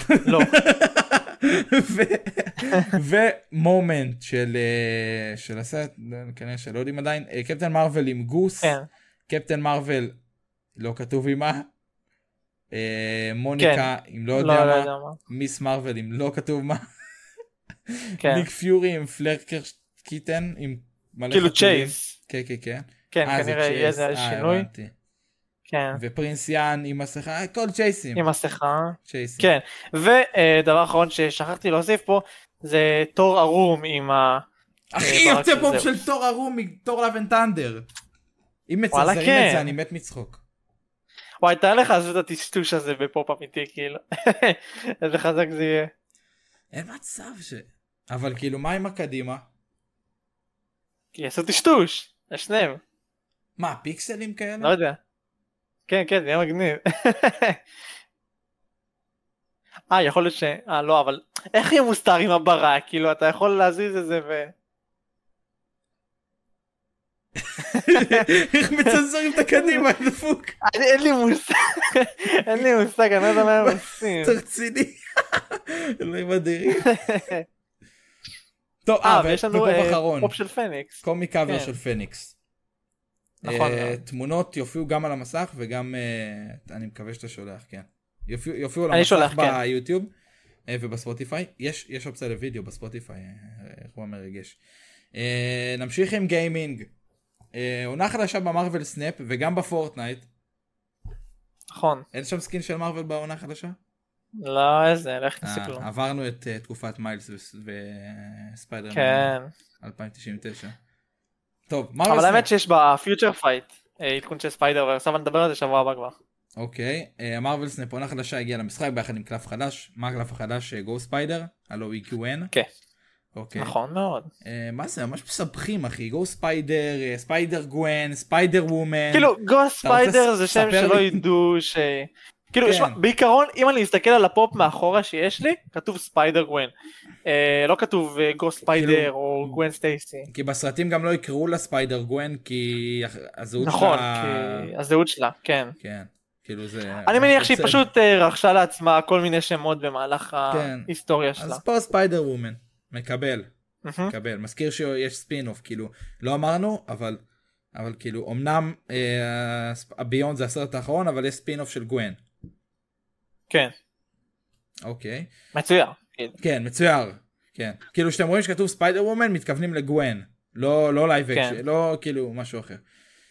ומומנט של הסרט, כנראה שלא יודעים עדיין, קפטן מארוול עם גוס, קפטן מארוול לא כתוב עם מה, מוניקה, אם לא יודע מה, מיס מרוול, אם לא כתוב מה, ניק פיורי עם פלרקר קיטן, עם מלא כאילו חתולים. צ'ייס. כן, כן, כן. כן, כנראה יהיה איזה שינוי. כן. ופרינס יאן עם מסכה, כל צ'ייסים. עם מסכה. צ'ייסים. כן, ודבר אחרון ששכחתי להוסיף פה, זה תור ערום עם ה... אחי, יוצא פופ של תור ערום מתור לאב אנד תנדר. אם מצחזרים את זה, אני מת מצחוק. וואי, תאר לך לעשות את הטשטוש הזה בפופ אמיתי, כאילו. איזה חזק זה יהיה. אין מצב אבל כאילו, מה עם הקדימה? כי יעשו טשטוש, לשניהם. מה, פיקסלים כאלה? לא יודע. כן, כן, זה יהיה מגניב. יכול להיות לא, אבל איך יהיה מוסתר עם הברה? כאילו, אתה יכול להזיז את זה ו... איך מצנזרים את הקדימה, דפוק. אין לי מושג, אני לא יודע מה הם עושים. תרציני. אלוהים אדירים. טוב, ויש לנו פופ של פניקס. קומיק קאבר של פניקס. נכון. תמונות יופיעו גם על המסך וגם, אני מקווה שאתה שולח, כן. יופיעו על המסך ביוטיוב ובספוטיפיי. יש אופציה לוידאו בספוטיפיי, איך הוא מרגש. נמשיך עם גיימינג. עונה חדשה במרוול סנאפ וגם בפורטנייט. נכון. אין שם סקין של מרוול בעונה חדשה? לא, איזה, לך תסתכלו. עברנו את תקופת מיילס וספיידרמן. כן. 2099. טוב, מרוול סנאפ. אבל האמת שיש בפיוטר פייט עדכון של ספיידר ורס, אבל נדבר על זה שבוע הבא כבר. אוקיי, מרוול סנאפ עונה חדשה הגיעה למשחק ביחד עם קלף חדש. מה הקלף החדש? גו ספיידר? הלו EQN? כן. אוקיי. נכון מאוד. מה זה? ממש מסבכים אחי. גו ספיידר, ספיידר גוון, ספיידר וומן. כאילו גו ספיידר זה שם שלא ידעו ש... כאילו בעיקרון אם אני אסתכל על הפופ מאחורה שיש לי כתוב ספיידר גוון. לא כתוב גו ספיידר או גוון סטייסי. כי בסרטים גם לא יקראו לה ספיידר גוון כי הזהות שלה... נכון, כי הזהות שלה, כן. כן. כאילו זה... אני מניח שהיא פשוט רכשה לעצמה כל מיני שמות במהלך ההיסטוריה שלה. אז פה ספיידר וומן. מקבל. מזכיר שיש ספין-אוף, כאילו, לא אמרנו, אבל כאילו, אמנם הביונד זה הסרט האחרון, אבל יש ספין-אוף של גוון. כן. אוקיי. מצויר. כן, מצויר. כן. כאילו, שאתם רואים שכתוב ספיידר וומן, מתכוונים לגוון. לא לייב אקשן, לא כאילו משהו אחר.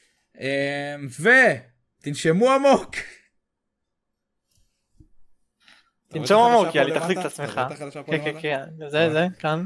ותנשמו עמוק. תנשום עמוק, יאללה, תחזיק את עצמך. כן, זה,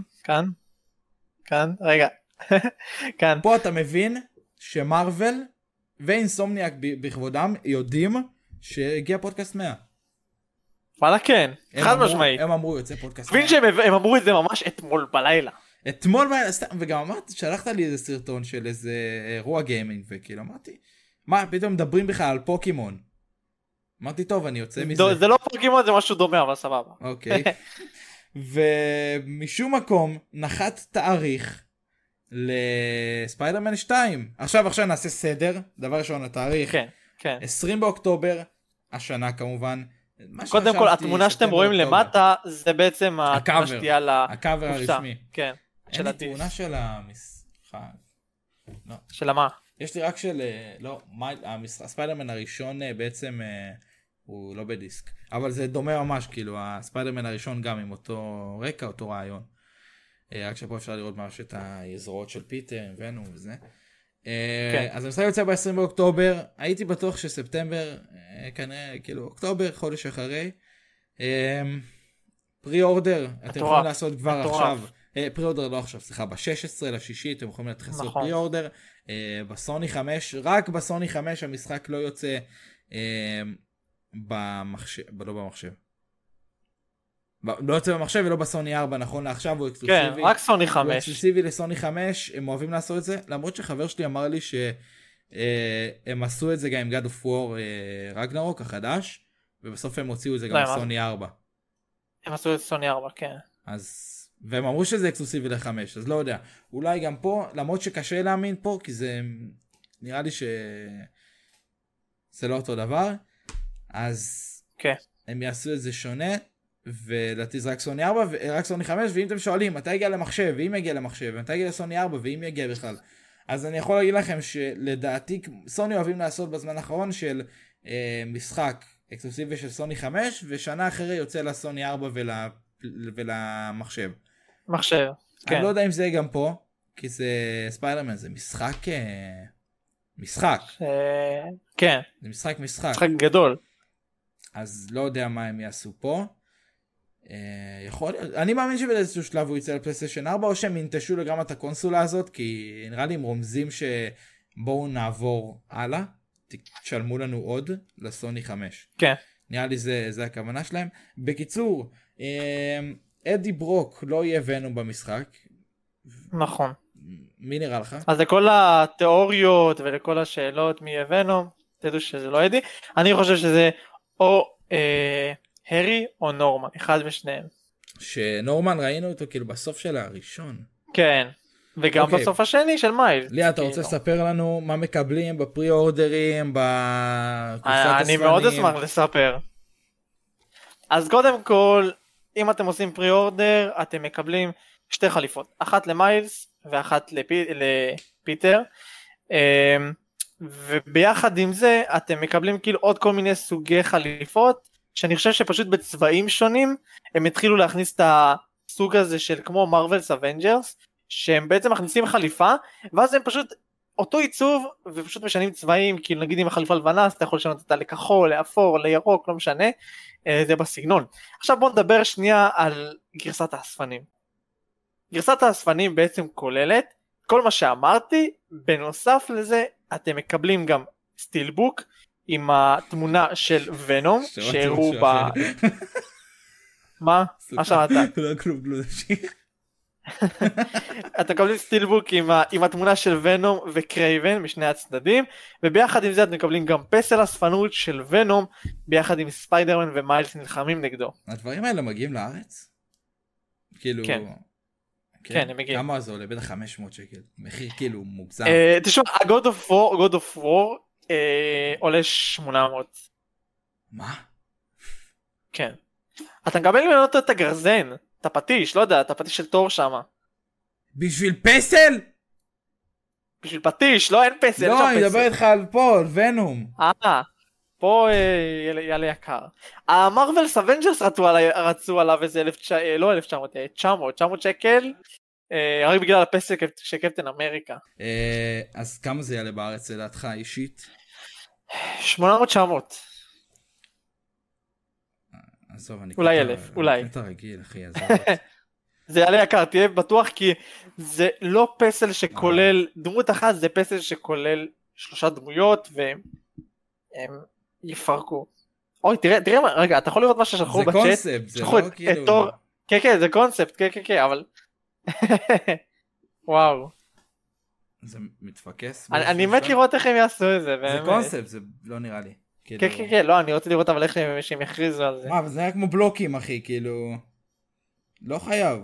כאן, רגע. כאן. פה אתה מבין שמרוול ואינסומניאק בכבודם יודעים שהגיע פודקאסט 100. וואלה כן, חד משמעית. הם אמרו יוצא פודקאסט 100. תבין שהם אמרו את זה ממש אתמול בלילה. וגם אמרת, שלחת לי איזה סרטון של איזה אירוע גיימינג, וכאילו אמרתי, מה, פתאום מדברים בכלל על פוקימון. אמרתי, טוב, אני יוצא מזה. זה לא פוקימון, זה משהו דומה, אבל סבבה. אוקיי. ומשום מקום נחת תאריך לספיידרמן 2. עכשיו נעשה סדר. דבר ראשון, התאריך. כן. 20 באוקטובר, השנה כמובן. קודם כל, התמונה שאתם רואים למטה, זה בעצם התמונה שתהיה על הקאבר הרשמי. כן. אין לי תמונה של המשחק. של מה? יש לי רק של, לא, הספיידרמן הראשון בעצם הוא לא בדיסק, אבל זה דומה ממש, כאילו, הספיידרמן הראשון גם עם אותו רקע, אותו רעיון. רק שפה אפשר לראות ממש את היזרועות של פיטר, ונום וזה. אז המשחק יוצא ב-20 באוקטובר, הייתי בטוח שספטמבר, כנראה, כאילו, אוקטובר, חודש אחרי. פרי אורדר, אתם יכולים לעשות כבר עכשיו. פרי אורדר לא עכשיו, סליחה, ב-16 לשישי אתם יכולים להתחסות פרי אורדר. בסוני 5, רק בסוני 5 המשחק לא יוצא במחשב, לא במחשב. לא יוצא במחשב ולא בסוני 4, נכון לעכשיו הוא אקסקלוסיבי. כן, רק סוני 5. הוא אקסקלוסיבי לסוני 5, הם אוהבים לעשות את זה, למרות שחבר שלי אמר לי שהם עשו את זה גם עם God of War רגנרוק החדש, ובסוף הם הוציאו את זה גם בסוני 4. הם עשו את סוני 4, כן. והם אמרו שזה אקסקלוסיבי ל5, אז לא יודע. אולי גם פה, למרות שקשה להאמין פה, כי זה נראה לי זה לא אותו דבר, אז הם יעשו את זה שונה, ולדעתי זה רק סוני 4 ורק סוני 5, ואם אתם שואלים מתי יגיע למחשב, ואם יגיע למחשב, ומתי יגיע לסוני 4, ואם יגיע בכלל, אז אני יכול להגיד לכם שלדעתי סוני אוהבים לעשות בזמן האחרון של משחק אקסקלוסיבי של סוני 5, ושנה אחרי יוצא לסוני 4 ולמחשב. מחשב, כן. אני לא יודע אם זה גם פה, כי זה ספיידרמן, זה משחק. כן. זה משחק. משחק גדול. אז לא יודע מה הם יעשו פה. יכול להיות, אני מאמין שבאיזשהו שלב הוא יצא לפלייסטיישן 4, או שהם ינטשו לגמרי את הקונסולה הזאת, כי נראה לי הם רומזים שבואו נעבור הלאה, תשלמו לנו עוד לסוני 5. כן. נראה לי זה הכוונה שלהם. בקיצור, אדי ברוק לא יהיה ונום במשחק. נכון. מי נראה לך? אז לכל התיאוריות ולכל השאלות מי יהיה ונום, תדעו שזה לא אדי. אני חושב שזה או הרי או נורמן, אחד ושניהם. שנורמן ראינו אותו כאילו בסוף של הראשון. כן, וגם בסוף השני של מייל. ליה, אתה רוצה לספר לנו מה מקבלים בפרי אורדרים, בקופסת הספנים? אני מאוד אשמח לספר. אז קודם כל, אם אתם עושים פרי אורדר, אתם מקבלים שתי חליפות, אחת למיילס ואחת לפיטר, וביחד עם זה אתם מקבלים כאילו עוד כל מיני סוגי חליפות, שאני חושב שפשוט בצבעים שונים הם התחילו להכניס את הסוג הזה של כמו מרוולס אבנג'רס, שהם בעצם מכניסים חליפה ואז הם פשוט אותו עיצוב ופשוט משנים צבעים, כאילו נגיד אם החליפה לבנה אז אתה יכול לשנות אותה לכחול, לאפור, לירוק, לא משנה, זה בסגנון. עכשיו בואו נדבר שנייה על גרסת האספנים. גרסת האספנים בעצם כוללת כל מה שאמרתי, בנוסף לזה אתם מקבלים גם סטילבוק עם התמונה של ונום שהראו ב... מה? מה שמעת? לא כלום, נמשיך. אתם מקבלים סטילבוק עם התמונה של ונום וקרייבן משני הצדדים, וביחד עם זה אתם מקבלים גם פסל אספנות של ונום ביחד עם ספיידרמן ומיילס נלחמים נגדו. הדברים האלה מגיעים לארץ? כאילו... כן. כן, הם מגיעים. כמה זה עולה? בטח 500 שקל. מחיר כאילו מוגזם. תשמע, God of War עולה 800. מה? כן. אתה מקבל ממנו את הגרזן, את הפטיש, לא יודע, את הפטיש של תור שמה. בשביל פסל? בשביל פטיש, לא, אין פסל. לא, אני מדבר איתך על פה, על ונום. פה יעלה יקר. המרוולס אבנג'רס רצו עליו איזה 900 שקל, רק בגלל הפסל של קפטן אמריקה. אז כמה זה יעלה בארץ לדעתך אישית? 800-900. אולי 1,000, אולי. אתה רגיל אחי, אז זה יעלה יקר, תהיה בטוח, כי זה לא פסל שכולל דמות אחת, זה פסל שכולל 3 דמויות והם יפרקו. אוי, תראה, רגע, אתה יכול לראות מה ששלחו בצ'אט? זה קונספט, זה לא כאילו... כן, זה קונספט, כן, אבל... וואו. זה מתפקס. אני מת לראות איך הם יעשו את זה. זה קונספט, זה לא נראה לי. כן, לא, אני רוצה לראות אבל איך שהם יכריזו על זה. מה, זה היה כמו בלוקים, אחי, כאילו... לא חייב.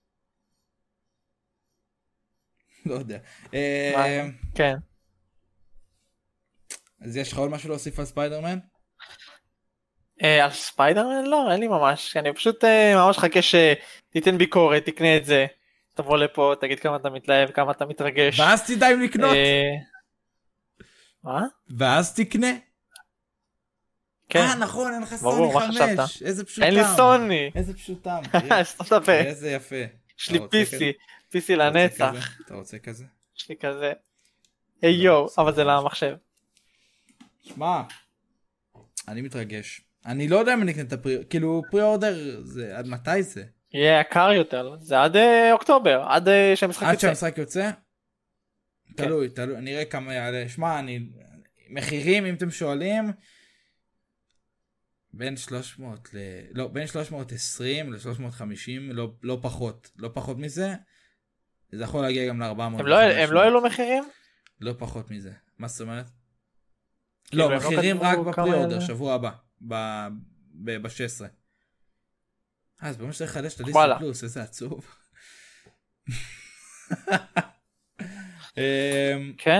לא יודע. כן. אז יש לך עוד משהו להוסיף על ספיידרמן? על ספיידרמן? לא, אין לי ממש. אני פשוט ממש חכה שתיתן ביקורת, תקנה את זה. תבוא לפה, תגיד כמה אתה מתלהב, כמה אתה מתרגש. ואז תדע אם לקנות. מה? ואז תקנה. כן. נכון, אין לך סוני 5. איזה פשוטם. אין לי סוני. איזה פשוטם. איזה יפה. יש לי PC לנצח. אתה רוצה כזה? יש לי כזה. היי יו, אבל זה למחשב. שמע, אני מתרגש. אני לא יודע אם אני אקנה את כאילו פרי אורדר, עד מתי זה? יהיה יקר יותר, זה עד אוקטובר, עד שהמשחק יוצא. עד שהמשחק יוצא? תלוי, נראה כמה יעלה. שמע, מחירים, אם אתם שואלים, בין 320 ל-350, לא פחות מזה. זה יכול להגיע גם ל-400. הם לא העלו מחירים? לא פחות מזה. מה זאת אומרת? לא, מחירים רק בפרי אורדר, שבוע הבא, ב-16. אז במה שצריך לחדש את הדיסני פלוס, איזה עצוב. כן.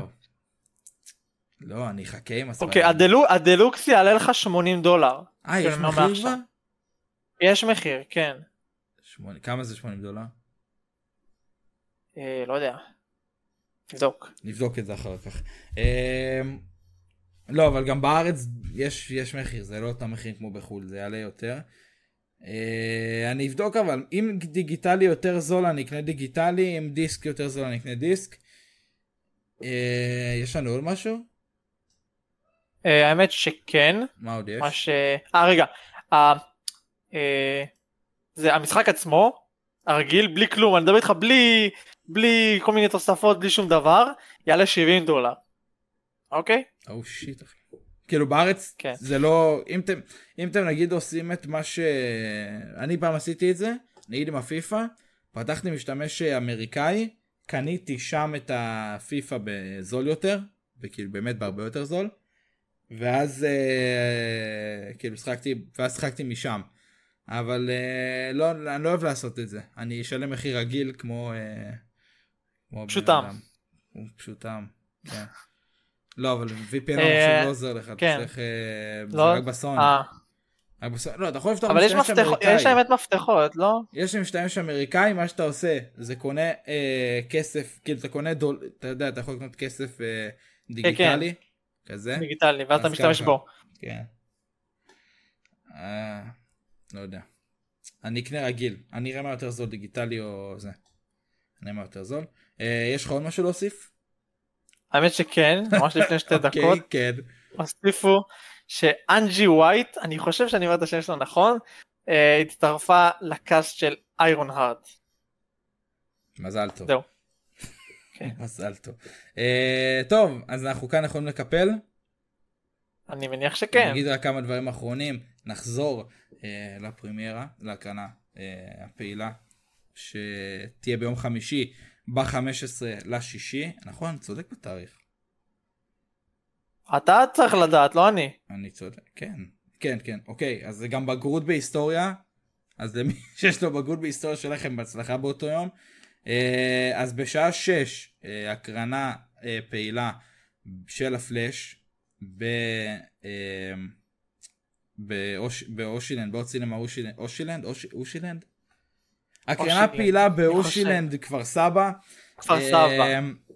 לא, אני אחכה עם הספיידרמן. אוקיי, הדלוקס יעלה לך $80. יש מחיר כבר? יש מחיר, כן. כמה זה $80? לא יודע. נבדוק. נבדוק את זה אחר כך. לא, אבל גם בארץ יש מחיר, זה לא אותו מחיר כמו בחול, זה יעלה יותר. אני אבדוק, אבל אם דיגיטלי יותר זול אני אקנה דיגיטלי, אם דיסק יותר זול אני אקנה דיסק. יש לנו עוד משהו? האמת שכן. מה עוד יש? רגע. זה המשחק עצמו, הרגיל, בלי כלום, אני מדבר איתך בלי כל מיני תוספות, בלי שום דבר, יעלה $70. אוקיי? שיט אחי. כאילו בארץ כן. זה לא, אם אתם נגיד עושים את מה שאני פעם עשיתי את זה, נגיד עם הפיפה, פתחתי משתמש אמריקאי, קניתי שם את הפיפה בזול יותר, וכאילו באמת בהרבה יותר זול, ואז כאילו שחקתי משם. אבל לא, אני לא אוהב לעשות את זה. אני אשלם מחיר רגיל כמו פשוטם. פשוטם, כן. לא, אבל VPN לא עוזר לך, אתה צריך, זה רק בסוני. לא, אתה יכול לפתוח משתמש אמריקאי. אבל יש האמת מפתחות, לא? יש משתמש אמריקאי, מה שאתה עושה, זה קונה כסף, כאילו אתה קונה אתה יודע, אתה יכול לקנות כסף דיגיטלי, כזה. דיגיטלי, ואז אתה משתמש בו. כן. לא יודע. אני אקנה רגיל, אני אראה מה יותר זול, דיגיטלי או זה. אני אראה מה יותר זול. יש לך עוד משהו להוסיף? האמת שכן, ממש לפני 2 דקות. כן. הוסיפו שאנג'י ווייט, אני חושב שאני אומר את השם שלו נכון, הצטרפה לקאסט של איירון הארט. מזל טוב. זהו. מזל טוב. טוב, אז אנחנו כאן יכולים לקפל. אני מניח שכן. נגיד רק כמה דברים אחרונים, נחזור לפרימיירה, להקרנה הפעילה, שתהיה ביום חמישי, ב-15/6, נכון? צודק בתאריך. אתה צריך לדעת, לא אני. אני צודק, כן. כן, כן, אוקיי, אז זה גם בגרות בהיסטוריה, אז למי שיש לו בגרות בהיסטוריה שלכם בהצלחה באותו יום. אז בשעה 6, הקרנה פעילה של הפלאש, באושילנד, באוצילם אושילנד? הקרנה פעילה באושילנד, כפר סבא. כפר סבא.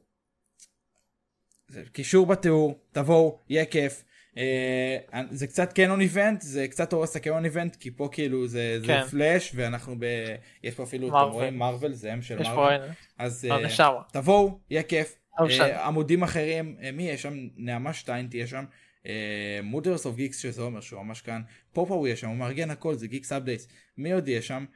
קישור בתיאור, תבואו, יהיה כיף. זה קצת קנון איבנט, זה קצת הורס הקנון איבנט, כי פה כאילו זה פלאש, ואנחנו יש פה אפילו, אתם רואים מרוול, זה הם של מרוול. אז תבואו, יהיה כיף. עמודים אחרים, מי יש שם? נעמה שטיין תהיה שם. מודרס אוף גיקס, שזה אומר שהוא ממש כאן. פופו יהיה שם, הוא מארגן הכל, זה גיקס אפדייטס. מי עוד יהיה שם?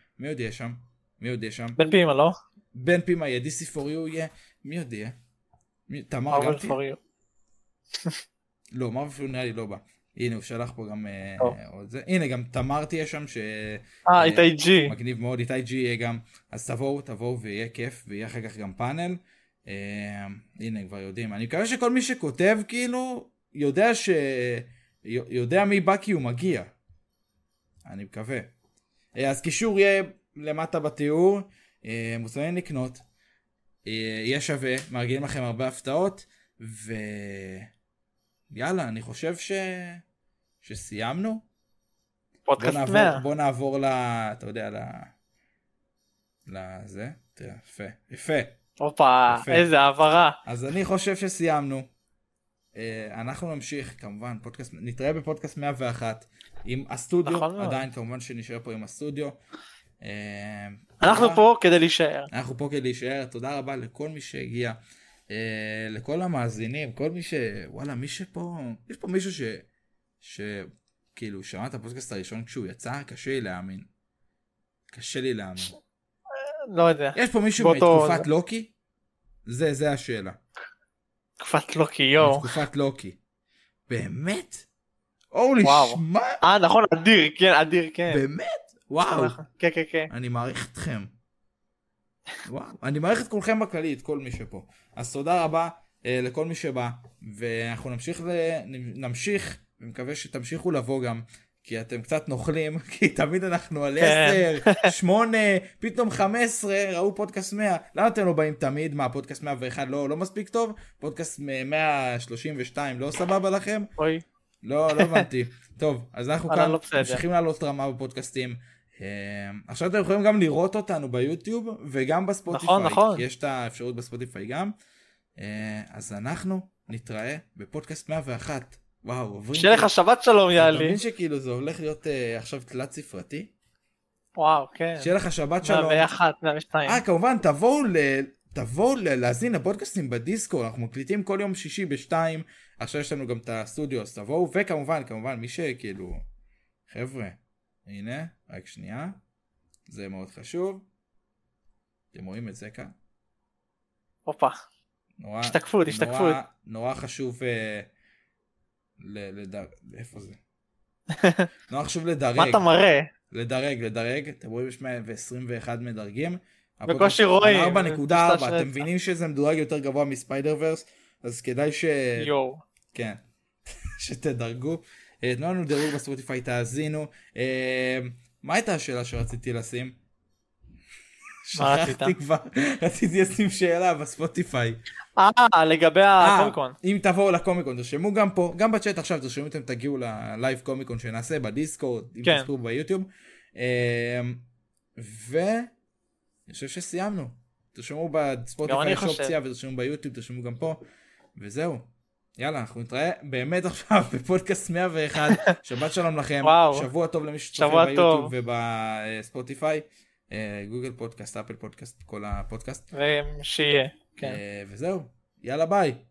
בן פימה, לא? בן פימה יהיה, DC4U יהיה. מי עוד יהיה? תמר גם תהיה? לא, מרוול אפילו נראה לי לא בא. הנה, הוא שלח פה גם עוד זה. הנה, גם תמר תהיה שם איתי ג'י. מגניב מאוד, איתי ג'י יהיה גם. אז תבואו ויהיה כיף, ויהיה אחר כך גם פאנל. הנה, כבר יודעים. אני מקווה שכל מי שכותב כאילו יודע מי בא כי הוא מגיע. אני מקווה. אז קישור יהיה למטה בתיאור. מוזמנים לקנות. יהיה שווה, מארגנים לכם הרבה הפתעות. ויאללה, אני חושב שסיימנו. פודקאסט 100. בוא נעבור אתה יודע, לזה. תראה, יפה. אופה, איזה העברה. אז אני חושב שסיימנו. אנחנו נמשיך, כמובן, נתראה בפודקאסט 101 עם הסטודיו, עדיין כמובן שנשאר פה עם הסטודיו. אנחנו פה כדי להישאר. תודה רבה לכל מי שהגיע, לכל המאזינים, כל מי וואלה, מי שפה, יש פה מישהו שכאילו שמע את הפודקאסט הראשון כשהוא יצא, קשה לי להאמין. לא יודע. יש פה מישהו מתקופת לוקי? זה השאלה. תקופת לוקי, יו. תקופת לוקי. באמת? אולי שמע. נכון, אדיר, כן. באמת? וואו. כן. אני מעריך אתכם. וואו. אני מעריך את כולכם בכללי, את כל מי שפה. אז תודה רבה לכל מי שבא, ואנחנו נמשיך, ומקווה שתמשיכו לבוא גם, כי אתם קצת נוכלים, כי תמיד אנחנו על 10, 8, פתאום 15, ראו פודקאסט 100. למה אתם לא באים תמיד? מה, פודקאסט 101 לא מספיק טוב? פודקאסט 132 לא סבבה לכם? אוי. לא הבנתי. טוב, אז אנחנו כאן ממשיכים לעלות רמה בפודקאסטים. עכשיו אתם יכולים גם לראות אותנו ביוטיוב וגם בספוטיפיי. נכון. יש את האפשרות בספוטיפיי גם. אז אנחנו נתראה בפודקאסט 101. וואו, עוברים... שיהיה לך שבת שלום, אתה יאלי. מבין שכאילו זה הולך להיות עכשיו תלת ספרתי? וואו, כן. שיהיה לך שבת שלום. 101, 102. כמובן, תבואו להאזין לפודקאסטים בדיסקורד, אנחנו מקליטים כל יום שישי ב-2, עכשיו יש לנו גם את הסטודיו, אז תבואו, וכמובן, מי שכאילו, חבר'ה, הנה, רק שנייה, זה מאוד חשוב, אתם רואים את זה כאן? הופה, השתקפות. נורא חשוב, איפה זה? נורא חשוב לדרג. מה אתה מראה? לדרג, אתם רואים יש 121 מדרגים, בקושי רואים. 4.4, אתם מבינים שזה מדורג יותר גבוה מספיידר ורס, אז כדאי כן, שתדרגו. תנו לנו דירוג בספוטיפיי, תאזינו. מה הייתה השאלה שרציתי לשים? מה רצית? רציתי לשים שאלה בספוטיפיי. לגבי הקומיקון. אם תבואו לקומיקון, תרשמו גם פה, גם בצ'אט עכשיו, תרשמו אתם תגיעו ללייב קומיקון שנעשה בדיסקורד, אם תספרו ביוטיוב. אני חושב שסיימנו. תרשמו בספוטיפיי יש אופציה, ותרשמו ביוטיוב, תרשמו גם פה, וזהו. יאללה, אנחנו נתראה באמת עכשיו בפודקאסט 101. שבת שלום לכם. שבוע טוב למי שצופה ביוטיוב ובספוטיפיי. גוגל פודקאסט, אפל פודקאסט, כל הפודקאסט. ושיהיה. וזהו. יאללה ביי.